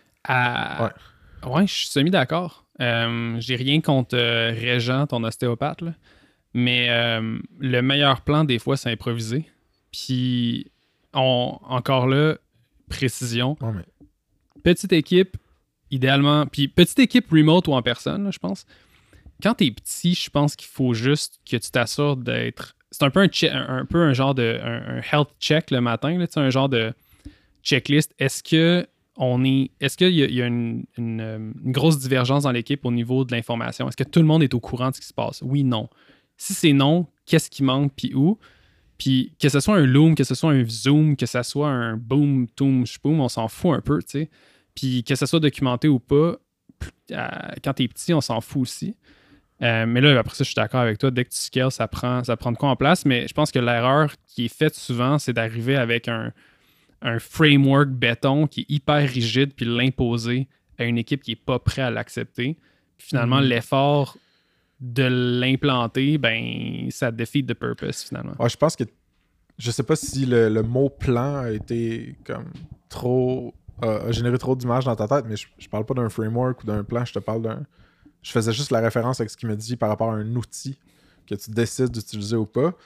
Euh, ouais. ouais, je suis semi-d'accord. Euh, j'ai rien contre euh, Régent, ton ostéopathe, là. Mais euh, le meilleur plan, des fois, c'est improviser. Puis, on, encore là, précision. Ouais, mais... Petite équipe, idéalement. Puis, petite équipe remote ou en personne, là, je pense. Quand t'es petit, je pense qu'il faut juste que tu t'assures d'être... C'est un peu un, che- un, un peu un genre de un, un health check le matin, là, un genre de checklist. Est-ce que on est... Est-ce qu'il y a, il y a une, une, une grosse divergence dans l'équipe au niveau de l'information? Est-ce que tout le monde est au courant de ce qui se passe? Oui, non. Si c'est non, qu'est-ce qui manque, puis où? Puis que ce soit un Loom, que ce soit un Zoom, que ce soit un Boom, Toom, Shboom, on s'en fout un peu, tu sais. Puis que ce soit documenté ou pas, euh, quand t'es petit, on s'en fout aussi. Euh, mais là, après ça, je suis d'accord avec toi. Dès que tu scales, ça prend, ça prend de quoi en place. Mais je pense que l'erreur qui est faite souvent, c'est d'arriver avec un, un framework béton qui est hyper rigide puis l'imposer à une équipe qui n'est pas prête à l'accepter. Puis finalement, mmh. l'effort de l'implanter, ben, ça defeat the purpose, finalement. Ouais, je pense que... Je sais pas si le, le mot plan a été comme trop... Euh, a généré trop d'images dans ta tête, mais je, je parle pas d'un framework ou d'un plan, je te parle d'un... Je faisais juste la référence avec ce qu'il me dit par rapport à un outil que tu décides d'utiliser ou pas.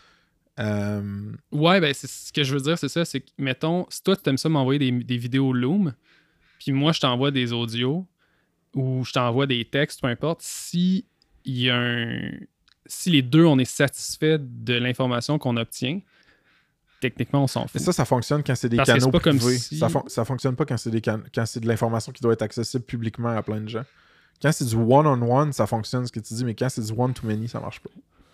Euh... Ouais, ben, c'est ce que je veux dire, c'est ça. C'est que, mettons, si toi, tu aimes ça m'envoyer des, des vidéos Loom, puis moi, je t'envoie des audios ou je t'envoie des textes, peu importe, si il y a un... si les deux, on est satisfait de l'information qu'on obtient, techniquement, on s'en fout. Mais ça, ça fonctionne quand c'est des Parce que canaux c'est pas comme privés. si- Ça, fon- ça fonctionne pas quand c'est des can- quand c'est de l'information qui doit être accessible publiquement à plein de gens. Quand c'est du one-on-one, ça fonctionne, ce que tu dis, mais quand c'est du one-to-many, ça marche pas.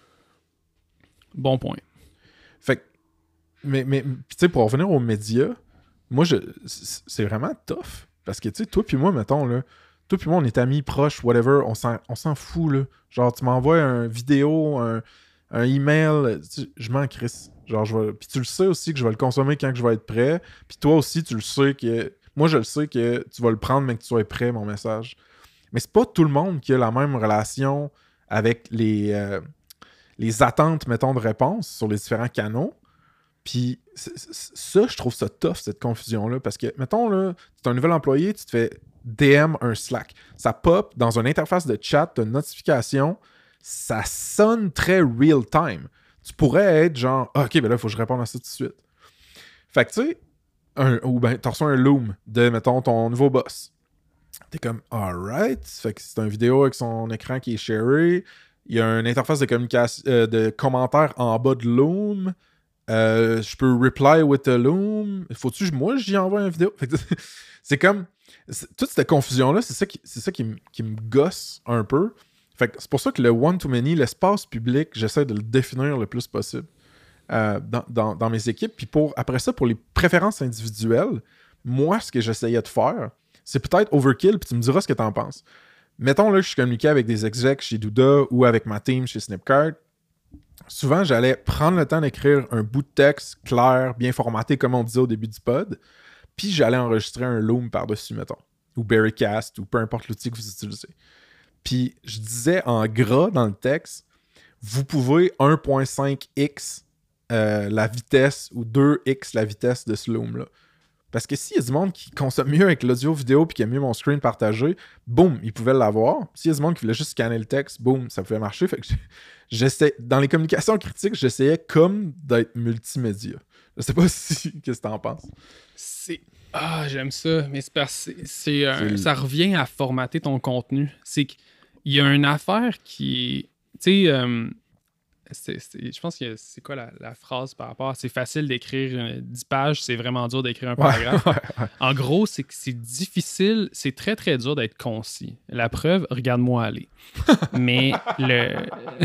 Bon point. Fait que, mais, mais tu sais, pour revenir aux médias, moi, je, c- c'est vraiment tough. Parce que, tu sais, toi puis moi, mettons, là, toi puis moi, on est amis, proches, whatever, on s'en, on s'en fout, là. Genre, tu m'envoies une vidéo, un, un email, tu sais, je m'en crisse. Genre, je vais... Puis tu le sais aussi que je vais le consommer quand que je vais être prêt. Puis toi aussi, tu le sais que... Moi, je le sais que tu vas le prendre, mais que tu sois prêt, mon message. Mais c'est pas tout le monde qui a la même relation avec les, euh, les attentes, mettons, de réponse sur les différents canaux. Puis c'est- c'est- ça, je trouve ça tough, cette confusion-là. Parce que, mettons, là, tu es un nouvel employé, tu te fais D M un Slack. Ça pop dans une interface de chat, tu as une notification. Ça sonne très real-time. Tu pourrais être genre, ah, ok, ben là, il faut que je réponde à ça tout de suite. Fait que, tu sais, un- ou ben, tu reçois un Loom de, mettons, ton nouveau boss. T'es comme, alright. Fait que c'est une vidéo avec son écran qui est sharé. Il y a une interface de communication, euh, de commentaires en bas de Loom. Euh, je peux reply with a Loom. Faut-tu que moi, j'y envoie une vidéo? Fait que c'est comme, c'est- toute cette confusion-là, c'est ça qui, c'est ça qui, m- qui me gosse un peu. Fait que c'est pour ça que le one-to-many, l'espace public, j'essaie de le définir le plus possible euh, dans, dans- dans mes équipes. Puis pour, après ça, pour les préférences individuelles, moi, ce que j'essayais de faire, c'est peut-être overkill, puis tu me diras ce que t'en penses. Mettons là que je communiquais avec des execs chez Douda ou avec ma team chez Snipcart. Souvent, j'allais prendre le temps d'écrire un bout de texte clair, bien formaté, comme on disait au début du pod, puis j'allais enregistrer un Loom par-dessus, mettons, ou Berrycast, ou peu importe l'outil que vous utilisez. Puis je disais en gras dans le texte, vous pouvez un virgule cinq x euh, la vitesse ou deux x la vitesse de ce Loom-là. Parce que s'il y a du monde qui consomme mieux avec l'audio vidéo puis qui aime mieux mon screen partagé, boum, ils pouvaient l'avoir. S'il y a du monde qui voulait juste scanner le texte, boum, ça pouvait marcher. Fait que j'essaie, dans les communications critiques, j'essayais comme d'être multimédia. Je sais pas si qu'est-ce que t'en penses. C'est. Ah, j'aime ça, mais c'est parce que c'est, c'est, euh, C'est le- ça revient à formater ton contenu. C'est qu'il y a une affaire qui. Tu sais, euh, c'est- c'est- je pense que c'est quoi la, la phrase par rapport à c'est facile d'écrire euh, dix pages, c'est vraiment dur d'écrire un paragraphe. Ouais, ouais. En gros, c'est que c'est difficile, c'est très très dur d'être concis. La preuve, regarde-moi aller. Mais le.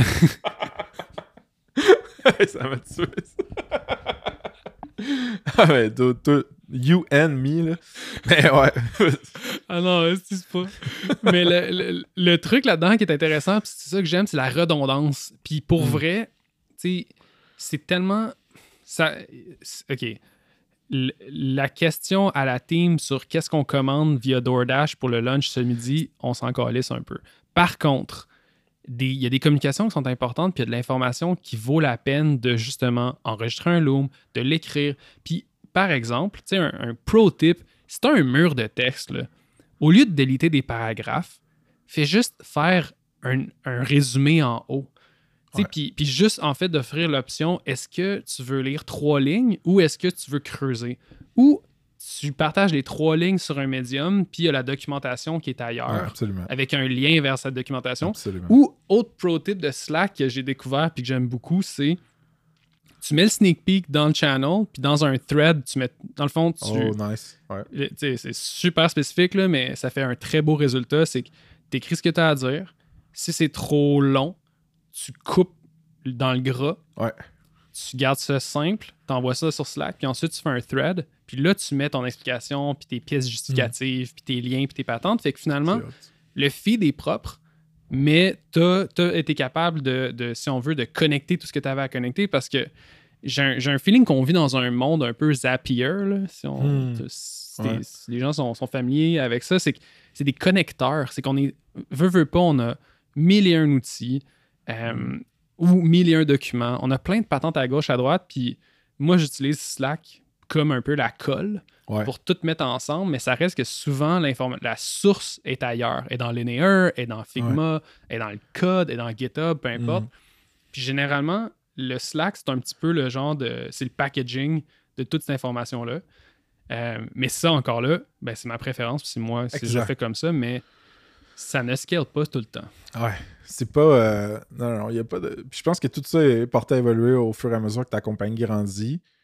Ça m'a tué, ça. Ah, mais toi, toi, you and me, là. Mais ouais. Ah non, c'est pas. Mais le, le- le truc là-dedans qui est intéressant, pis c'est ça que j'aime, c'est la redondance. Puis pour Mm. vrai, tu sais, c'est tellement. Ça, c'est- OK. L- la question à la team sur qu'est-ce qu'on commande via DoorDash pour le lunch ce midi, on s'en calisse un peu. Par contre, des- il y a des communications qui sont importantes, puis il y a de l'information qui vaut la peine de justement enregistrer un Loom, de l'écrire. Puis, par exemple, tu sais, un, un pro tip, si tu as un mur de texte, là, au lieu de déliter des paragraphes, fais juste faire un, un résumé en haut. Tu sais, Ouais. Puis puis juste, en fait, d'offrir l'option, est-ce que tu veux lire trois lignes ou est-ce que tu veux creuser? Ou tu partages les trois lignes sur un médium, puis il y a la documentation qui est ailleurs, Ouais, absolument. avec un lien vers cette documentation. Absolument. Ou autre pro tip de Slack que j'ai découvert puis que j'aime beaucoup, c'est tu mets le sneak peek dans le channel, puis dans un thread, tu mets dans le fond, tu, Oh, nice. Ouais. le- tu sais, c'est super spécifique, là, mais ça fait un très beau résultat. C'est que tu écris ce que tu as à dire. Si c'est trop long, tu coupes dans le gras. Ouais. Tu gardes ça simple, tu envoies ça sur Slack, puis ensuite tu fais un thread. Puis là, tu mets ton explication, puis tes pièces justificatives, puis tes liens, puis tes patentes. Fait que finalement, C'est hot. le feed est propre, mais tu as été capable de, de, si on veut, de connecter tout ce que tu avais à connecter parce que j'ai un, j'ai un feeling qu'on vit dans un monde un peu Zapier, là, si, on, Hmm. si, t'es- Ouais. si les gens sont, sont familiers avec ça. C'est que c'est des connecteurs. C'est qu'on est, veut, veut pas, on a mille et un outils euh, ou mille et un documents. On a plein de patentes à gauche, à droite, puis moi, j'utilise Slack comme un peu la colle Ouais. pour tout mettre ensemble, mais ça reste que souvent, l'informa- la source est ailleurs. Est dans Linear, est dans Figma, est dans le code, est dans GitHub, peu importe. Mhm. Puis généralement, le Slack, c'est un petit peu le genre de... C'est le packaging de toute cette information-là. Euh, mais ça, encore là, ben, c'est ma préférence, puis c'est moi, si je Exact. le fais comme ça, mais ça ne scale pas tout le temps. Ouais, c'est pas... euh, Non, non, il y a pas de... Puis je pense que tout ça est porté à évoluer au fur et à mesure que ta compagnie grandit.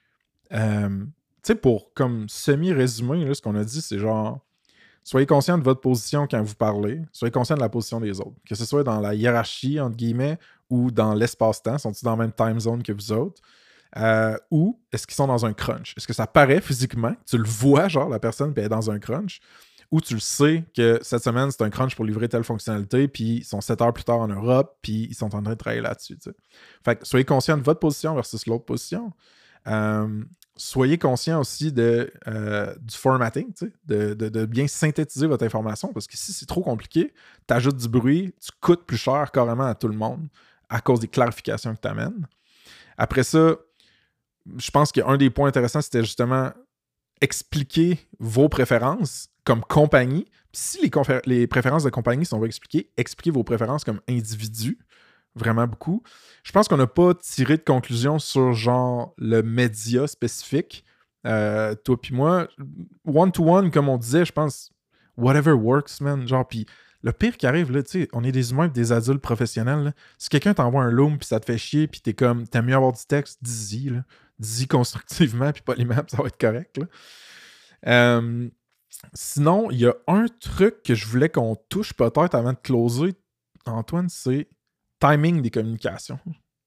Euh, tu sais, pour comme semi-résumé, là, ce qu'on a dit, c'est genre, soyez conscient de votre position quand vous parlez, soyez conscient de la position des autres. Que ce soit dans la hiérarchie, entre guillemets, ou dans l'espace-temps, sont-ils dans la même time zone que vous autres? Euh, ou est-ce qu'ils sont dans un crunch? Est-ce que ça paraît physiquement? Tu le vois, genre, la personne, puis elle est dans un crunch? Ou tu le sais que cette semaine, c'est un crunch pour livrer telle fonctionnalité, puis ils sont sept heures plus tard en Europe, puis ils sont en train de travailler là-dessus. T'sais. Fait que soyez conscient de votre position versus l'autre position. Euh, soyez conscient aussi de, euh, du formatting, de, de, de bien synthétiser votre information, parce que si c'est trop compliqué, tu ajoutes du bruit, tu coûtes plus cher carrément à tout le monde à cause des clarifications que tu amènes. Après ça, je pense qu'un des points intéressants, c'était justement expliquer vos préférences comme compagnie. Puis si les, confé- les préférences de compagnie sont pas expliquées, expliquez vos préférences comme individu. Vraiment beaucoup. Je pense qu'on n'a pas tiré de conclusion sur genre le média spécifique. Euh, toi puis moi, one-to-one, comme on disait, je pense, whatever works, man. Genre, puis le pire qui arrive, là, tu sais, on est des humains et des adultes professionnels. Là. Si quelqu'un t'envoie un loom puis ça te fait chier puis t'es comme, t'aimes mieux avoir du texte, dis-y, là. Dis-y constructivement puis poliment, ça va être correct, là. Euh, sinon, il y a un truc que je voulais qu'on touche peut-être avant de closer, Antoine, c'est timing des communications.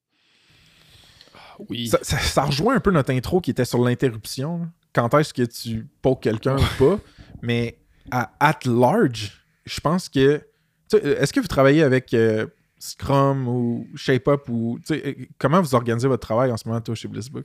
Oui. Ça, ça, ça rejoint un peu notre intro qui était sur l'interruption. Là. Quand est-ce que tu pokes quelqu'un ou pas? Mais à at large, je pense que... Est-ce que vous travaillez avec euh, Scrum ou ShapeUp ou... Comment vous organisez votre travail en ce moment, toi, chez Blissbook?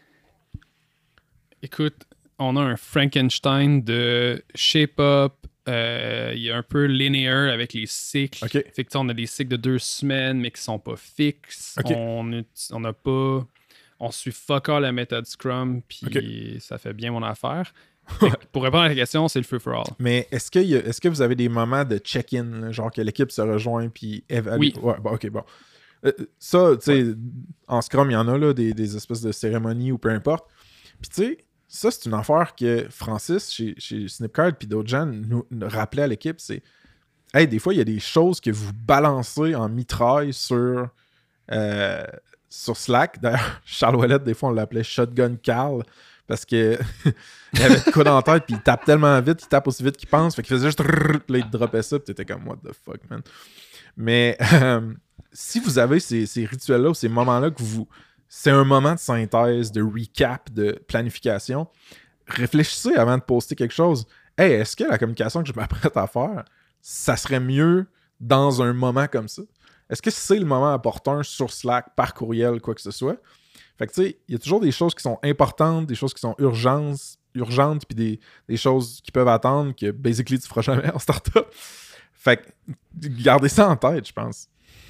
Écoute, on a un Frankenstein de ShapeUp. Euh, il y a un peu linear avec les cycles. Okay. Fait que on a des cycles de deux semaines, mais qui sont pas fixes. Okay. On n'a pas... On suit fuck all la méthode Scrum, puis okay. ça fait bien mon affaire. Pour répondre à la question, c'est le free for all. Mais est-ce que, y a, est-ce que vous avez des moments de check-in, là, genre que l'équipe se rejoint puis évalue? Oui. Ouais, bon, ok, bon. Euh, ça, tu sais, ouais. En Scrum, il y en a là, des, des espèces de cérémonies ou peu importe. Puis tu sais, ça, c'est une affaire que Francis, chez, chez Snipcard puis d'autres gens, nous, nous rappelaient à l'équipe, c'est hey, des fois, il y a des choses que vous balancez en mitraille sur, euh, sur Slack. D'ailleurs, Charles Ouellette, des fois, on l'appelait Shotgun Carl. Parce que il avait de quoi dans la tête, puis il tape tellement vite, il tape aussi vite qu'il pense, fait qu'il faisait juste rrrr, puis là, il droppait ça, puis t'étais comme what the fuck, man. Mais euh, si vous avez ces, ces rituels-là ou ces moments-là que vous. C'est un moment de synthèse, de recap, de planification, réfléchissez avant de poster quelque chose. Hey, est-ce que la communication que je m'apprête à faire, ça serait mieux dans un moment comme ça? Est-ce que c'est le moment opportun sur Slack, par courriel, quoi que ce soit? Fait que tu sais, il y a toujours des choses qui sont importantes, des choses qui sont urgentes, urgentes, puis des, des choses qui peuvent attendre, que basically tu feras jamais en startup. Fait que gardez ça en tête, je pense.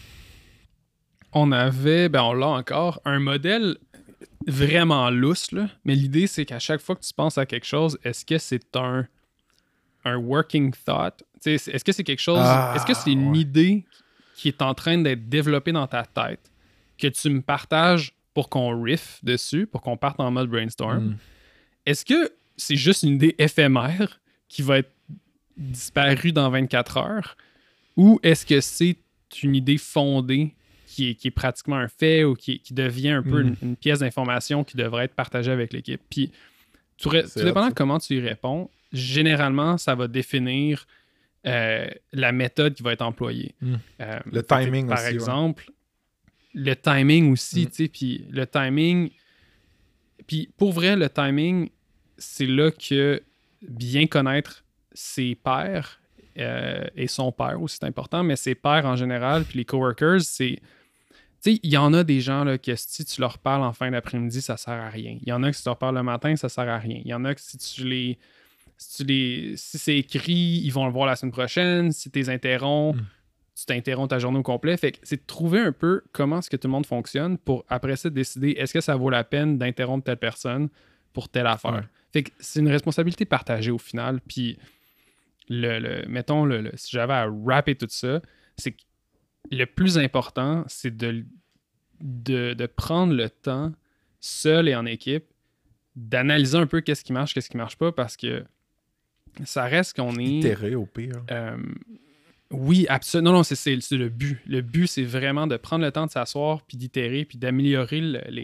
On avait, ben on l'a encore, un modèle vraiment lousse, là. Mais l'idée, c'est qu'à chaque fois que tu penses à quelque chose, est-ce que c'est un, un working thought? T'sais, est-ce que c'est quelque chose, ah, est-ce que c'est une ouais. idée qui est en train d'être développée dans ta tête, que tu me partages pour qu'on riff dessus, pour qu'on parte en mode brainstorm? Mm. Est-ce que c'est juste une idée éphémère qui va être disparue dans vingt-quatre heures? Ou est-ce que c'est une idée fondée qui est, qui est pratiquement un fait ou qui, qui devient un peu mm. une, une pièce d'information qui devrait être partagée avec l'équipe? Puis, tout, ré, tout dépendant de comment tu y réponds, généralement, ça va définir euh, la méthode qui va être employée. Mm. Euh, le timing par aussi. Par exemple, ouais. le timing aussi, mm. tu sais, puis le timing... Puis, pour vrai, le timing, c'est là que bien connaître ses pairs euh, et son père aussi, c'est important, mais ses pairs en général, puis les coworkers, c'est... Tu sais, il y en a des gens là, que si tu leur parles en fin d'après-midi, ça sert à rien. Il y en a que si tu leur parles le matin, ça sert à rien. Il y en a que si tu les... Si, tu les, si c'est écrit, ils vont le voir la semaine prochaine. Si tu les interromps, mm. tu t'interromps ta journée au complet. Fait que c'est de trouver un peu comment est-ce que tout le monde fonctionne pour après ça décider est-ce que ça vaut la peine d'interrompre telle personne pour telle affaire. Ouais. Fait que c'est une responsabilité partagée au final. Puis, le, le, mettons, le, le, si j'avais à rapper tout ça, c'est que le plus important, c'est de, de, de prendre le temps, seul et en équipe, d'analyser un peu qu'est-ce qui marche, qu'est-ce qui marche pas, parce que ça reste qu'on est... Itéré au pire. Euh, oui, absolument. Non, non, c'est, c'est, c'est le but. Le but, c'est vraiment de prendre le temps de s'asseoir, puis d'itérer, puis d'améliorer le, les,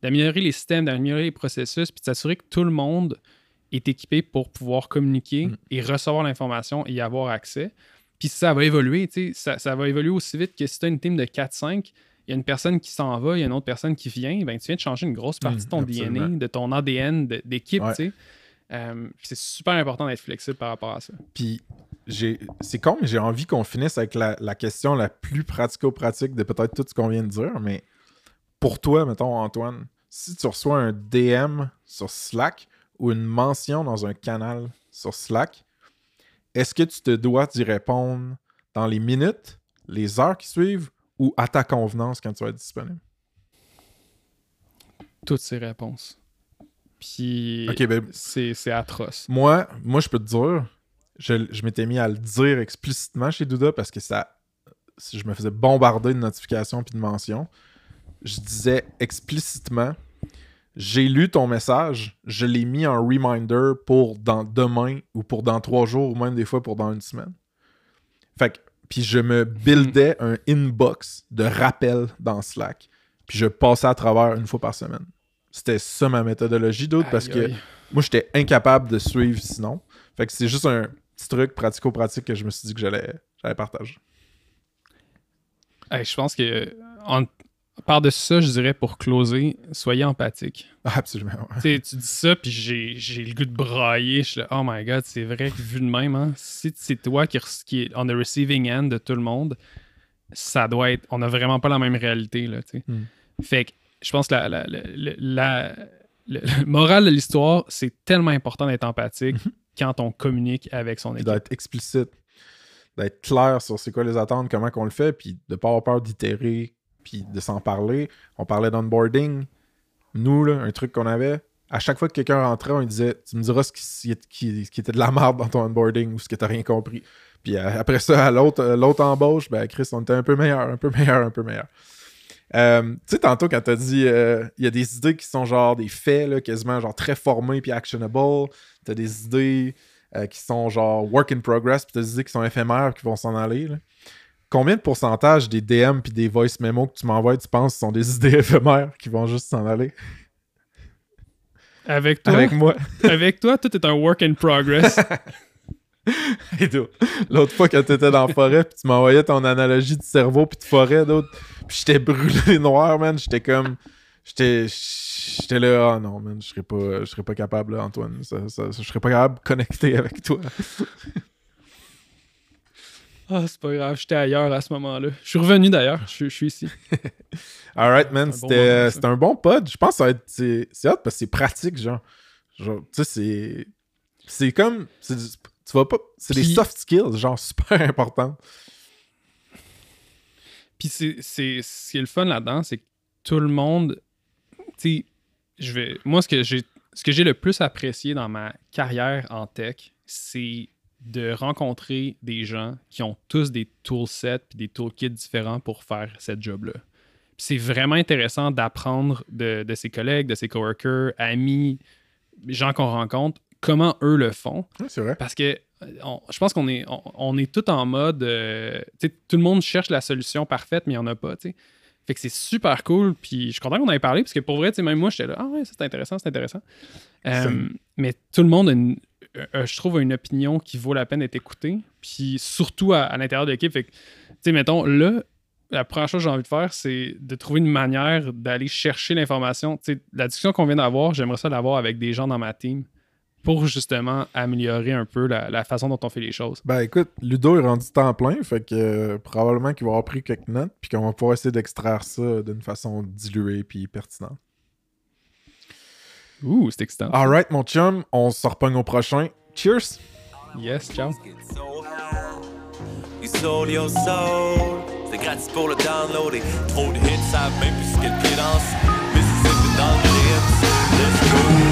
d'améliorer les systèmes, d'améliorer les processus, puis de s'assurer que tout le monde est équipé pour pouvoir communiquer mm. et recevoir l'information et y avoir accès. Puis ça va évoluer, tu sais, ça, ça va évoluer aussi vite que si tu as une team de quatre cinq, il y a une personne qui s'en va, il y a une autre personne qui vient, ben tu viens de changer une grosse partie mmh, de ton absolument. D N A, de ton A D N de, d'équipe, ouais. tu sais. Euh, c'est super important d'être flexible par rapport à ça. Puis, j'ai, c'est con, mais j'ai envie qu'on finisse avec la, la question la plus pratico-pratique de peut-être tout ce qu'on vient de dire, mais pour toi, mettons, Antoine, si tu reçois un D M sur Slack ou une mention dans un canal sur Slack, est-ce que tu te dois d'y répondre dans les minutes, les heures qui suivent ou à ta convenance quand tu vas être disponible? Toutes ces réponses. Puis okay, ben, c'est, c'est atroce. Moi, moi, je peux te dire, je, je m'étais mis à le dire explicitement chez Douda parce que ça, je me faisais bombarder de notifications puis de mentions. Je disais explicitement, j'ai lu ton message, je l'ai mis en reminder pour dans demain ou pour dans trois jours ou même des fois pour dans une semaine. Fait que puis je me buildais un inbox de rappel dans Slack. Puis je passais à travers une fois par semaine. C'était ça ma méthodologie d'autre parce que aïe. Moi, j'étais incapable de suivre sinon. Fait que c'est juste un petit truc pratico-pratique que je me suis dit que j'allais, j'allais partager. Hey, je pense que en, par-dessus ça, je dirais pour closer, soyez empathique. Ah, absolument. Ouais. Tu dis ça, puis j'ai, j'ai le goût de brailler. Je suis là, oh my god, c'est vrai que vu de même, hein, si c'est toi qui, qui est on the receiving end de tout le monde, ça doit être. On n'a vraiment pas la même réalité, là, tu sais. Mm. Fait que je pense que la, la, la, la, la, la, la morale de l'histoire, c'est tellement important d'être empathique mm-hmm. quand on communique avec son équipe. D'être explicite, d'être clair sur c'est quoi les attentes, comment qu'on le fait, puis de ne pas avoir peur d'itérer, puis de s'en parler. On parlait d'onboarding. Nous, là, un truc qu'on avait, à chaque fois que quelqu'un rentrait, on lui disait « Tu me diras ce qui, qui, qui était de la merde dans ton onboarding ou ce que tu n'as rien compris. » Puis euh, après ça, à l'autre, l'autre embauche, ben Chris, on était un peu meilleur, un peu meilleur, un peu meilleur. Euh, tu sais, tantôt, quand t'as dit, il euh, y a des idées qui sont genre des faits, là, quasiment genre très formés puis actionable. T'as des idées euh, qui sont genre work in progress, puis t'as des idées qui sont éphémères qui vont s'en aller. Là. Combien de pourcentage des D M puis des voice memos que tu m'envoies, tu penses, sont des idées éphémères qui vont juste s'en aller? Avec toi? Avec moi. Avec toi, tout est un work in progress. Et l'autre fois quand t'étais dans la forêt puis tu m'envoyais ton analogie de cerveau puis de forêt d'autres puis j'étais brûlé noir, man, j'étais comme j'étais j'étais là, ah oh non, man, je serais pas je serais pas capable là, Antoine, ça, ça, je serais pas capable de connecter avec toi. Ah, c'est pas grave, j'étais ailleurs à ce moment-là. Je suis revenu d'ailleurs, je, je suis ici. Alright, man, c'était, bon moment, c'était un bon pod. Je pense que ça va être c'est, c'est hot parce que c'est pratique, genre, genre tu sais, c'est c'est comme c'est, tu vas pas. C'est Puis, des soft skills, genre super importants. Puis c'est, c'est, ce qui est le fun là-dedans, c'est que tout le monde. Tu sais, je vais. Moi, ce que j'ai ce que j'ai le plus apprécié dans ma carrière en tech, c'est de rencontrer des gens qui ont tous des toolsets puis des toolkits différents pour faire cette job-là. Puis c'est vraiment intéressant d'apprendre de, de ses collègues, de ses coworkers, amis, gens qu'on rencontre, comment eux le font. Oui, c'est vrai. Parce que on, je pense qu'on est, on, on est tout en mode... Euh, tout le monde cherche la solution parfaite, mais il n'y en a pas. T'sais. Fait que c'est super cool. Puis je suis content qu'on en ait parlé, parce que pour vrai, même moi, j'étais là, ah ouais, ça c'est intéressant, c'est intéressant. Euh, mais tout le monde a une, euh, je trouve, une opinion qui vaut la peine d'être écoutée. Puis surtout à, à l'intérieur de l'équipe. Fait que, tu sais, mettons, là, la première chose que j'ai envie de faire, c'est de trouver une manière d'aller chercher l'information. Tu sais, la discussion qu'on vient d'avoir, j'aimerais ça l'avoir avec des gens dans ma team, pour justement améliorer un peu la, la façon dont on fait les choses. Ben écoute, Ludo est rendu temps plein, fait que euh, probablement qu'il va avoir pris quelques notes, puis qu'on va pouvoir essayer d'extraire ça d'une façon diluée puis pertinente. Ouh, c'est excitant. Alright, mon chum, on se repogne au prochain. Cheers! Yes, ciao! C'est gratis pour le download et trop de hits, savent même plus ce qu'elle pied danse. Mississippi dans le hits, let's go!